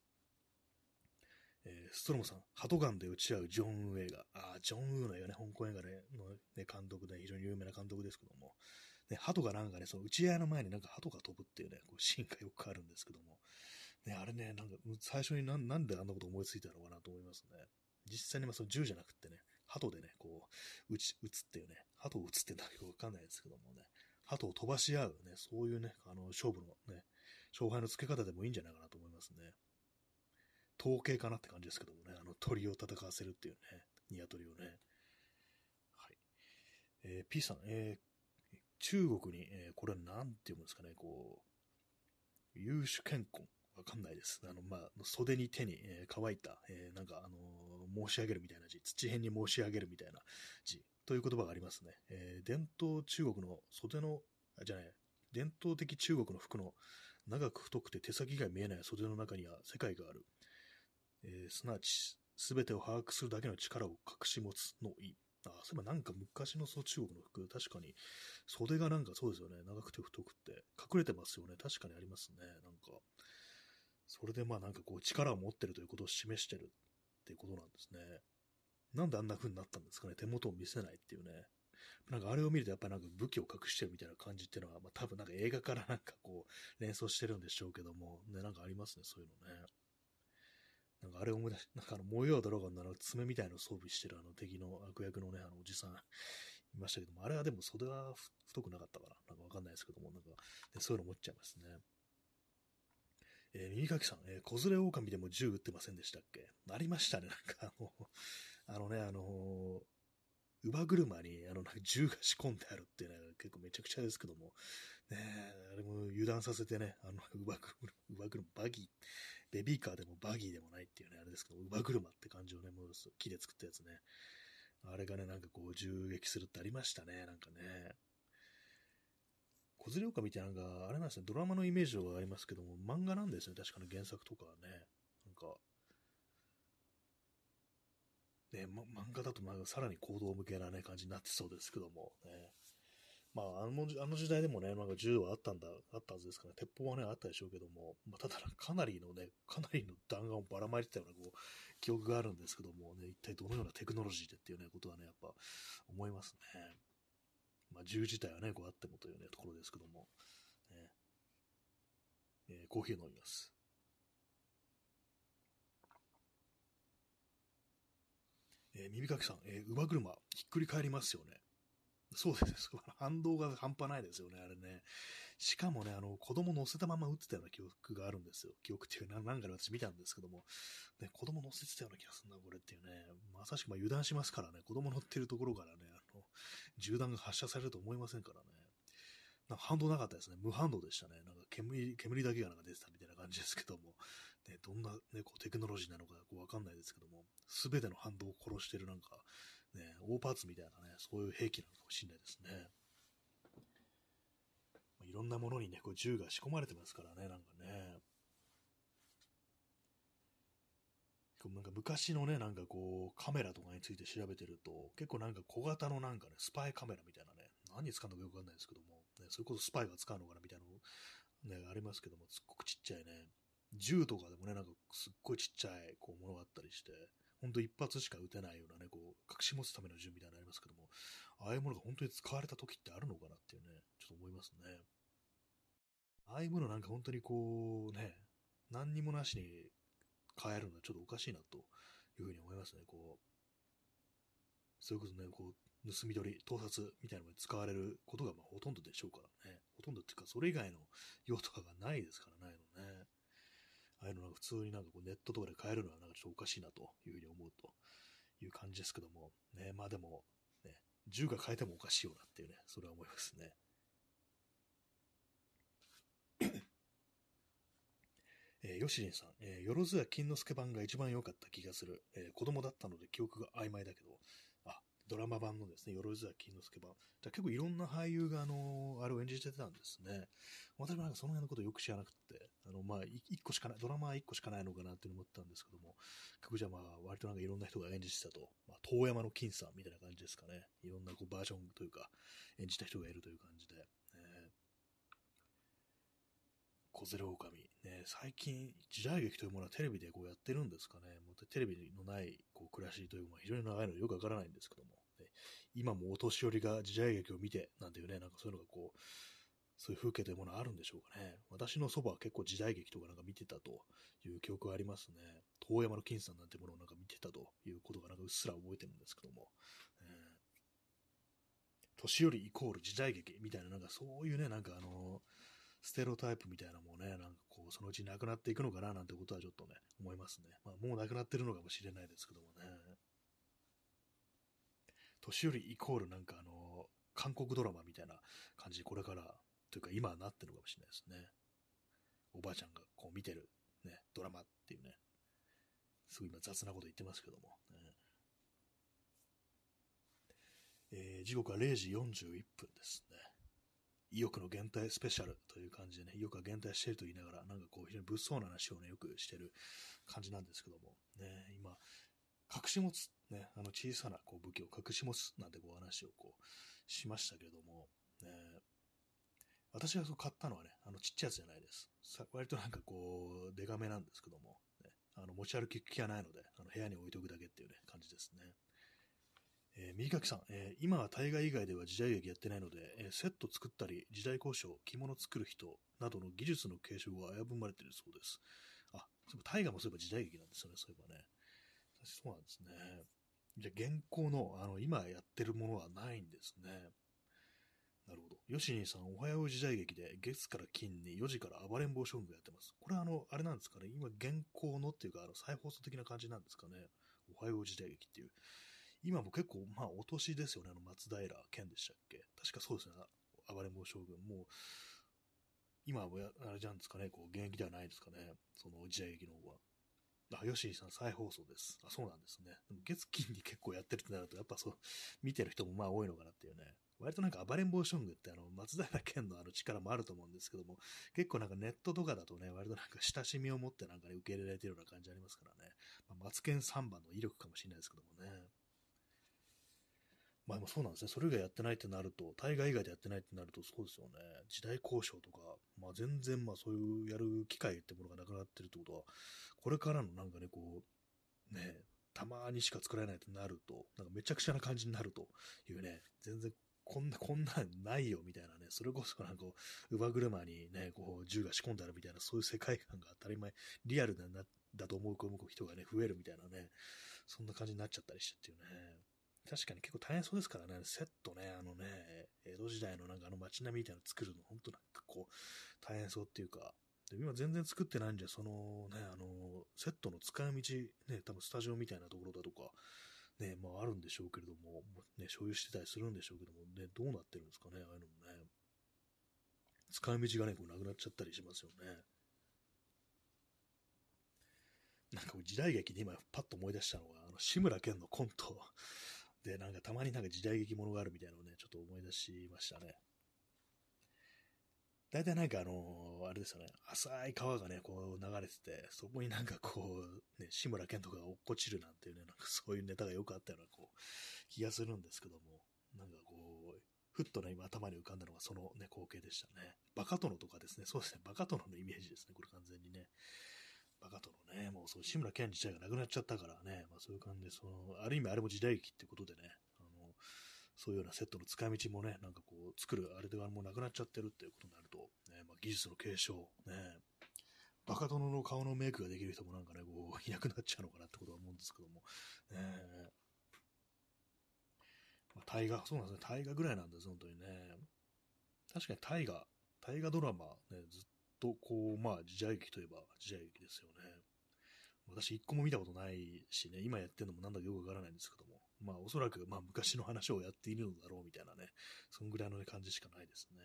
えー、ストロムさん、ハトガンで撃ち合うジョン・ウー映画。ああ、ジョン・ウーの映画ね、香港映画、ね、の、ね、監督で非常に有名な監督ですけども、ね、鳩がなんかね、その打ち合いの前になんか鳩が飛ぶっていうね、こうシーンがよくあるんですけども、ね、あれね、なんか最初になんなんであんなこと思いついたのかなと思いますね。実際にまあその銃じゃなくてね、鳩でね、こう、撃ち、撃つっていうね、鳩を撃つってんだかわかんないですけどもね、鳩を飛ばし合うね、そういうね、あの、勝負のね、勝敗の付け方でもいいんじゃないかなと思いますね。統計かなって感じですけどもね、あの鳥を戦わせるっていうね、鶏をね。はい。えー、P さん、えー、中国に、えー、これは何て読むんですかね、こう、有種健康。わかんないです。あの、まあ、袖に手に、えー、乾いた、えー、なんか、あのー、申し上げるみたいな字、土辺に申し上げるみたいな字、という言葉がありますね。えー、伝統中国の袖の、あ、じゃない、伝統的中国の服の長く太くて手先が見えない袖の中には世界がある。えー、すなわち、すべてを把握するだけの力を隠し持つのいい。あ、そういえばなんか昔のそう中国の服、確かに袖がなんかそうですよね。長くて太くて隠れてますよね。確かにありますね。なんか、それでまあなんかこう力を持ってるということを示してるっていうことなんですね。なんであんな風になったんですかね。手元を見せないっていうね。なんかあれを見るとやっぱりなんか武器を隠してるみたいな感じっていうのは、まあ多分なんか映画からなんかこう連想してるんでしょうけども、ね、なんかありますね。そういうのね。なんかあれ思い出し、なんかあの、燃えようドラゴンのあの爪みたいなのを装備してるあの敵の悪役のね、あのおじさんいましたけども、あれはでも袖は太くなかったから、なんかわかんないですけども、なんか、ね、そういうの思っちゃいますね。えー、耳かきさん、えー、子連れ狼でも銃撃ってませんでしたっけ？ありましたね、なんかあの、あのね、あのー、乳母車にあのなんか銃が仕込んであるっていうのは結構めちゃくちゃですけども、ねあれも油断させてね、あの乳母車、乳母車、バギー、ベビーカーでもバギーでもないっていうね、あれですけど、乳母車って感じをね、もう木で作ったやつね。あれがね、なんかこう銃撃するってありましたね、なんかね。小連れ狼ってなんか、あれなんですね、ドラマのイメージはありますけども、漫画なんですね、確かに原作とかはね。なんか、ね、ま、漫画だとまあさらに行動向けなね、感じになってそうですけども、ね。まあ、あの、あの時代でもね、なんか銃はあったんだ、あったはずですから、ね、鉄砲はね、あったでしょうけども、まあ、ただ、かなりのね、かなりの弾丸をばらまいてたような、こう、記憶があるんですけども、ね、一体どのようなテクノロジーでっていうね、ことはね、やっぱ、思いますね。まあ、銃自体はね、こうあってもというね、ところですけども、ね、えー、コーヒーを飲みます。えー、耳かきさん、えー、乳母車、ひっくり返りますよね。そうです。反動が半端ないですよね、あれね。しかもね、あの、子供乗せたまま撃ってたような記憶があるんですよ。記憶っていうか、なんかで私見たんですけども、ね、子供乗せてたような気がするな、これっていうね。まさしくまあ油断しますからね、子供乗ってるところからね、あの、銃弾が発射されると思いませんからね。なんか反動なかったですね。無反動でしたね。なんか煙、煙だけがなんか出てたみたいな感じですけども、ね、どんな、ね、こうテクノロジーなのかこうわかんないですけども、すべての反動を殺してるなんか、ね、大パーツみたいなね、そういう兵器なのかもしれないですね。いろんなものにね、こう銃が仕込まれてますからね、なんかね。なんか昔のね、なんかこう、カメラとかについて調べてると、結構なんか小型のなんかね、スパイカメラみたいなね、何に使うのかよくわかんないですけども、ね、それこそスパイが使うのかなみたいなのね、ありますけども、すっごくちっちゃいね、銃とかでもね、なんかすっごいちっちゃいこうものがあったりして、ほんと一発しか撃てないようなね、こう、隠し持つための銃みたいなのありますけども、ああいうものが本当に使われた時ってあるのかなっていうね、ちょっと思いますね。ああいうものなんか本当にこうね、何にもなしに変えるのはちょっとおかしいなというふうに思いますね。こう、そういうことね、こう、盗み取り、盗撮みたいなのに使われることがまあほとんどでしょうからね。ほとんどっていうか、それ以外の用途がないですからないのね。ああいうのなんか普通になんかこうネットとかで買えるのはなんかちょっとおかしいなというふうに思うという感じですけども、ね、まあでも、ね、銃が買えてもおかしいよなっていうね、それは思いますね。えー、ヨシリンさん、えー、よろずや金之助版が一番良かった気がする。えー、子供だったので記憶が曖昧だけど、あ、 ドラマ版のですね、鎧塚金之助版。じゃ結構いろんな俳優が、あの、あれを演じてたんですね。私もなんかその辺のことよく知らなくて、あの、まあ、一個しかない、ドラマはいっこしかないのかなって思ったんですけども、結構じゃあまあ、割となんかいろんな人が演じてたと、まあ、遠山の金さんみたいな感じですかね。いろんなこうバージョンというか、演じた人がいるという感じで、えー、小ゼロ狼、ね、最近、時代劇というものはテレビでこうやってるんですかね。もうテレビのないこう暮らしというのは非常に長いのでよくわからないんですけども、ね、今もお年寄りが時代劇を見て、なんていうね、なんかそういうのがこう、そういう風景というものはあるんでしょうかね。私の祖母は結構時代劇とかなんか見てたという記憶がありますね。遠山の金さんなんてものをなんか見てたということがなんかうっすら覚えてるんですけども、えー、年寄りイコール時代劇みたいな、なんかそういうね、なんかあの、ステレオタイプみたいなのもね、なんかこう、そのうちなくなっていくのかななんてことはちょっとね、思いますね。まあもうなくなってるのかもしれないですけどもね。年寄りイコールなんかあの、韓国ドラマみたいな感じでこれからというか今はなってるのかもしれないですね。おばあちゃんがこう見てる、ね、ドラマっていうね、すごい今雑なこと言ってますけども、ね、えー、時刻はれいじよんじゅういっぷんですね。意欲の減退スペシャルという感じでね、意欲が減退していると言いながら、なんかこう非常に物騒な話をね、よくしてる感じなんですけども、ね、今、隠し持つ、ね、あの小さなこう武器を隠し持つなんてこう話をこうしましたけれども、ね、私がそう買ったのはね、あのちっちゃいやつじゃないです。割となんかこう、デカめなんですけども、ね、あの持ち歩き気がないので、あの部屋に置いておくだけっていうね、感じですね。えー、右垣さん、えー、今は大河以外では時代劇やってないので、えー、セット作ったり、時代交渉、着物作る人などの技術の継承が危ぶまれているそうです。あ、そういえば大河もそういえば時代劇なんですよね、そういえばね。そうなんですね。じゃあ現行の、あの、今やってるものはないんですね。なるほど。ヨシニさん、おはよう時代劇で月から金によじから暴れん坊将軍がやってます。これはあの、あれなんですかね。今現行のっていうか、あの再放送的な感じなんですかね。おはよう時代劇っていう。今も結構、まあ、お年ですよね。あの、松平健でしたっけ。確かそうですね。暴れん坊将軍。もう、今はあれじゃんですかね。こう、現役ではないですかね。その時代劇の方は。あ、ヨシーさん再放送です。あ、そうなんですね。でも月金に結構やってるってなると、やっぱそう、見てる人もまあ多いのかなっていうね。割となんか暴れん坊将軍ってあの、松平健のあの力もあると思うんですけども、結構なんかネットとかだとね、割となんか親しみを持ってなんかね、受け入れられてるような感じありますからね。まあ、マツケンサンバの威力かもしれないですけどもね。まあでもそうなんですね。それ以外やってないってなると、大河以外でやってないってなると、そうですよね。時代交渉とか、まあ全然まあそういうやる機会ってものがなくなってるってことは、これからのなんかね、こう、ね、たまにしか作られないってなると、なんかめちゃくちゃな感じになるというね、全然こんな、こんなんないよみたいなね、それこそなんかこう、乳母車にね、こう、銃が仕込んであるみたいな、そういう世界観が当たり前、リアルだな、だと思う人がね、増えるみたいなね、そんな感じになっちゃったりしてっていうね。確かに結構大変そうですからね、セットね、あのね、江戸時代のなんかあの街並みみたいなの作るの、本当なんかこう、大変そうっていうか、で今全然作ってないんで、そのね、あの、セットの使い道、ね、多分スタジオみたいなところだとか、ね、まああるんでしょうけれども、ね、所有してたりするんでしょうけども、ね、どうなってるんですかね、ああいうのもね。使い道がね、こうなくなっちゃったりしますよね。なんか時代劇で今パッと思い出したのが、あの志村けんのコントで、なんかたまになんか時代劇ものがあるみたいなのをね、ちょっと思い出しましたね。大体なんかあのーあれですよね、浅い川がね、こう流れてて、そこになんかこう、ね、志村けんとかが落っこちるなんていうね、なんかそういうネタがよくあったようなこう気がするんですけども、なんかこう、ふっとね、今頭に浮かんだのがそのね、光景でしたね。バカ殿とかですね、そうですね、バカ殿のイメージですね、これ完全にね。バカ殿ね、もうそう、志村けん自体がなくなっちゃったからね、まあそういう感じで、その、ある意味あれも時代劇ってことでね、あの、そういうようなセットの使い道もね、なんかこう、作るあれではもうなくなっちゃってるっていうことになると、ね、まあ、技術の継承、ね、バカ殿の顔のメイクができる人もなんかね、こう、いなくなっちゃうのかなってことは思うんですけども、ね、まあ、大河、そうなんですね、大河ぐらいなんです、本当にね。確かに大河、大河ドラマ、ね、ずっとこう、まあ、時代劇といえば時代劇ですよね。私一個も見たことないしね、今やってるのもなんだかよくわからないんですけども、まあおそらくまあ昔の話をやっているのだろうみたいなね、そんぐらいの、ね、感じしかないですね。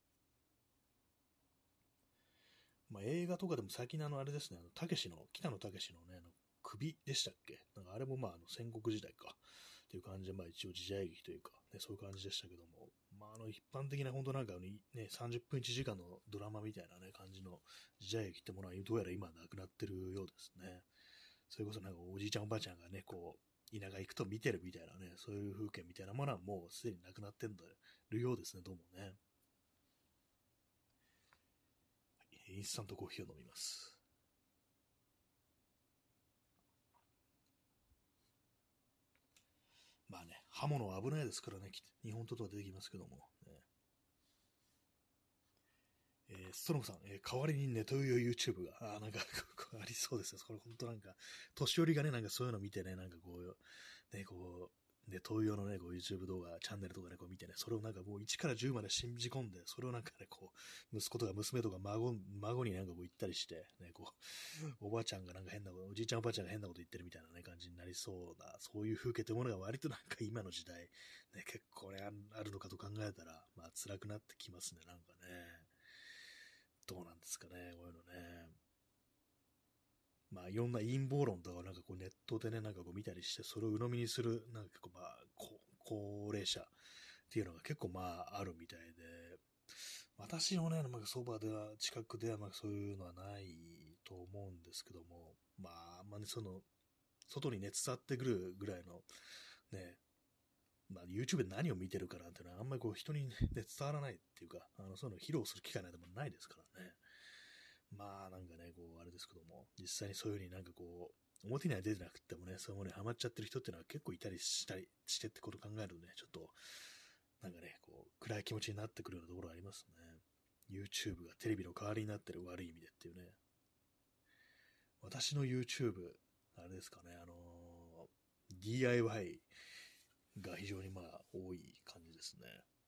まあ映画とかでも最近あのあれですね、あの、たけしの、北野武のね、あの首でしたっけなんかあれもまああの戦国時代か。 っていう感じで、まあ一応時代劇というか、ね、そういう感じでしたけども、まああの一般的な本当なんかね、さんじゅっぷんいちじかんのドラマみたいなね、感じの時代劇ってものはどうやら今なくなってるようですね。それこそなんかおじいちゃんおばあちゃんがね、こう、田舎行くと見てるみたいなね、そういう風景みたいなものはもうすでになくなってるようですね、どうもね。インスタントコーヒーを飲みます。まあね、刃物は危ないですからね、日本ととは出てきますけども、ね。えー、ストロムさん、えー、代わりにネトウヨ YouTube が、あなんかありそうですね。これ本当なんか、年寄りがね、なんかそういうの見てね、なんかこう、ね、こう、ネトウヨのね、こう YouTube 動画、チャンネルとかね、こう見てね、それをなんかもういちからじゅうまで信じ込んで、それをなんかね、こう、息子とか娘とか孫、孫になんかこう言ったりして、ね、こう、おばあちゃんがなんか変なこと、おじいちゃんおばあちゃんが変なこと言ってるみたいなね、感じになりそうな、そういう風景というものが割となんか今の時代、ね、結構ね、あるのかと考えたら、まあ辛くなってきますね、なんかね。どうなんですかね、こういうのね。まあ、いろんな陰謀論とかをなんかこうネットでね、なんかこう見たりして、それを鵜呑みにする、なんかこう、まあ、高齢者っていうのが結構まあ、あるみたいで、私のね、まあ、そばでは、近くではまあそういうのはないと思うんですけども、まあ、あんまりその、外にね、伝わってくるぐらいの、ね、まあ、YouTube で何を見てるかなんていうのは、あんまりこう人に、ね、伝わらないっていうか、あのそういうのを披露する機会なんてもないですからね。まあなんかね、こう、あれですけども、実際にそういう風になんかこう、表には出てなくてもね、そういうものにハマっちゃってる人っていうのは結構いたりしたりしてってことを考えるとね、ちょっと、なんかね、こう、暗い気持ちになってくるようなところがありますね。YouTube がテレビの代わりになってる悪い意味でっていうね。私の YouTube、あれですかね、あのー、ディーアイワイ が非常にまあ多い感じですね。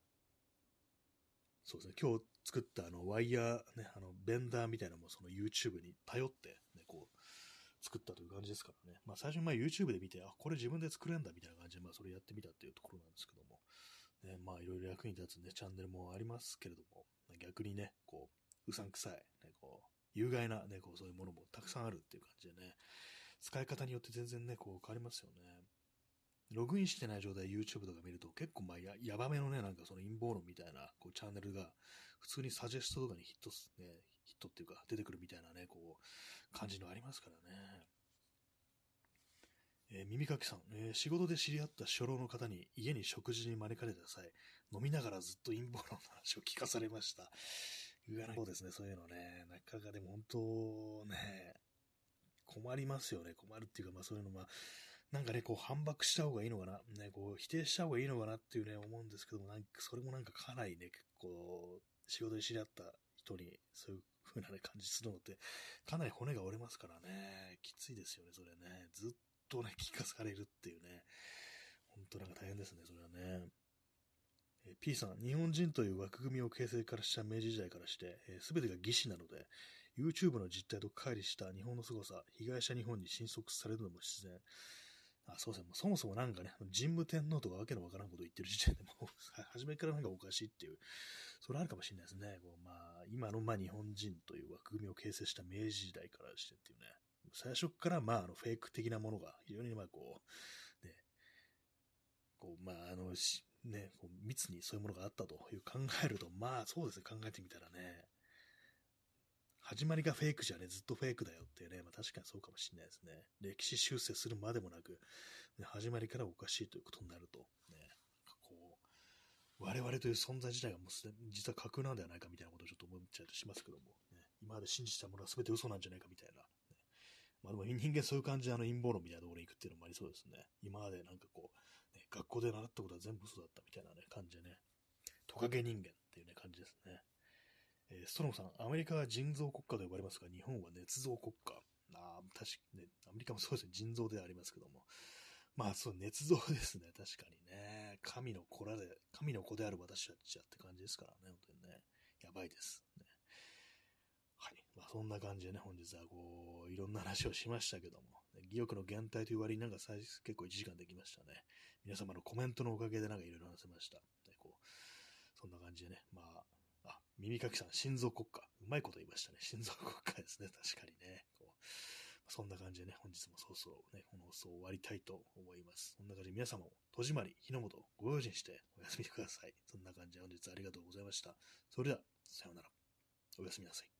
そうですね、今日作ったあのワイヤー、ね、あのベンダーみたいなのもその YouTube に頼って、ね、こう作ったという感じですからね。まあ最初にまあ YouTube で見て、あ、これ自分で作れんだみたいな感じで、まあそれやってみたっていうところなんですけども、ね、まあいろいろ役に立つね、チャンネルもありますけれども、逆にね、こう、うさんくさい、ね、こう、有害なね、こうそういうものもたくさんあるっていう感じでね、使い方によって全然ね、こう変わりますよね。ログインしてない状態で YouTube とか見ると結構まあややばめのね、なんかその陰謀論みたいなこうチャンネルが普通にサジェストとかにヒットす、ね、ヒットっていうか出てくるみたいなね、こう感じのありますからね。えー耳かきさん、えー仕事で知り合った初老の方に家に食事に招かれた際、飲みながらずっと陰謀論の話を聞かされました。言わないそうですね、そういうのね。なかなかでも本当ね、困りますよね。困るっていうか、まあそういうのまあ、なんかね、こう反駁した方がいいのかな、ね、こう否定した方がいいのかなっていうね、思うんですけども、なんかそれもなんかかなりね、結構仕事で知り合った人にそういう風な、ね、感じするのって、かなり骨が折れますからね、きついですよね、それね。ずっとね、聞かされるっていうね、本当なんか大変ですね、それはね。えー P さん、日本人という枠組みを形成からした明治時代からして、す、べ、てが義士なので、YouTube の実態と乖離した日本の凄さ、被害者日本に侵食されるのも自然。あ、そうですね。もうそもそもなんかね、神武天皇とかわけのわからんことを言ってる時点でもう、初めからなんかおかしいっていう、それあるかもしれないですね。こうまあ、今のまあ日本人という枠組みを形成した明治時代からしてっていうね、最初からまあ、あのフェイク的なものが非常にまあこう、ね、こうまああの、ね、こう密にそういうものがあったという考えると、まあそうですね、考えてみたらね、始まりがフェイクじゃね、ずっとフェイクだよっていうね、まあ確かにそうかもしれないですね。歴史修正するまでもなく、ね、始まりからおかしいということになると、ね、こう、我々という存在自体がもうすでに実は架空なんではないかみたいなことをちょっと思っちゃうとしますけども、ね、今まで信じたものは全て嘘なんじゃないかみたいな。ね、まあでも人間そういう感じであの陰謀論みたいなところに行くっていうのもありそうですね。今までなんかこう、ね、学校で習ったことは全部嘘だったみたいなね、感じでね、トカゲ人間っていうね、感じですね。えー、ストロムさん、アメリカは人造国家と呼ばれますが、日本は捏造国家。あ確かにね、アメリカもそうですね、人造ではありますけども。まあ、そう、捏造ですね、確かにね。神の子らで、神の子である私たちはって感じですからね、本当にね。やばいです。ね、はい。まあ、そんな感じでね、本日はこう、いろんな話をしましたけども、ね、義欲の減退という割になんか最結構いちじかんできましたね。皆様のコメントのおかげでなんかいろいろ話せました。ね、こうそんな感じでね、まあ、あ、耳かきさん、心臓国家。うまいこと言いましたね。心臓国家ですね。確かにね。こうそんな感じでね、本日もそろそろね、この放送を終わりたいと思います。そんな感じで皆様も戸締まり、火の元、ご用心してお休みください。そんな感じで本日ありがとうございました。それでは、さようなら。おやすみなさい。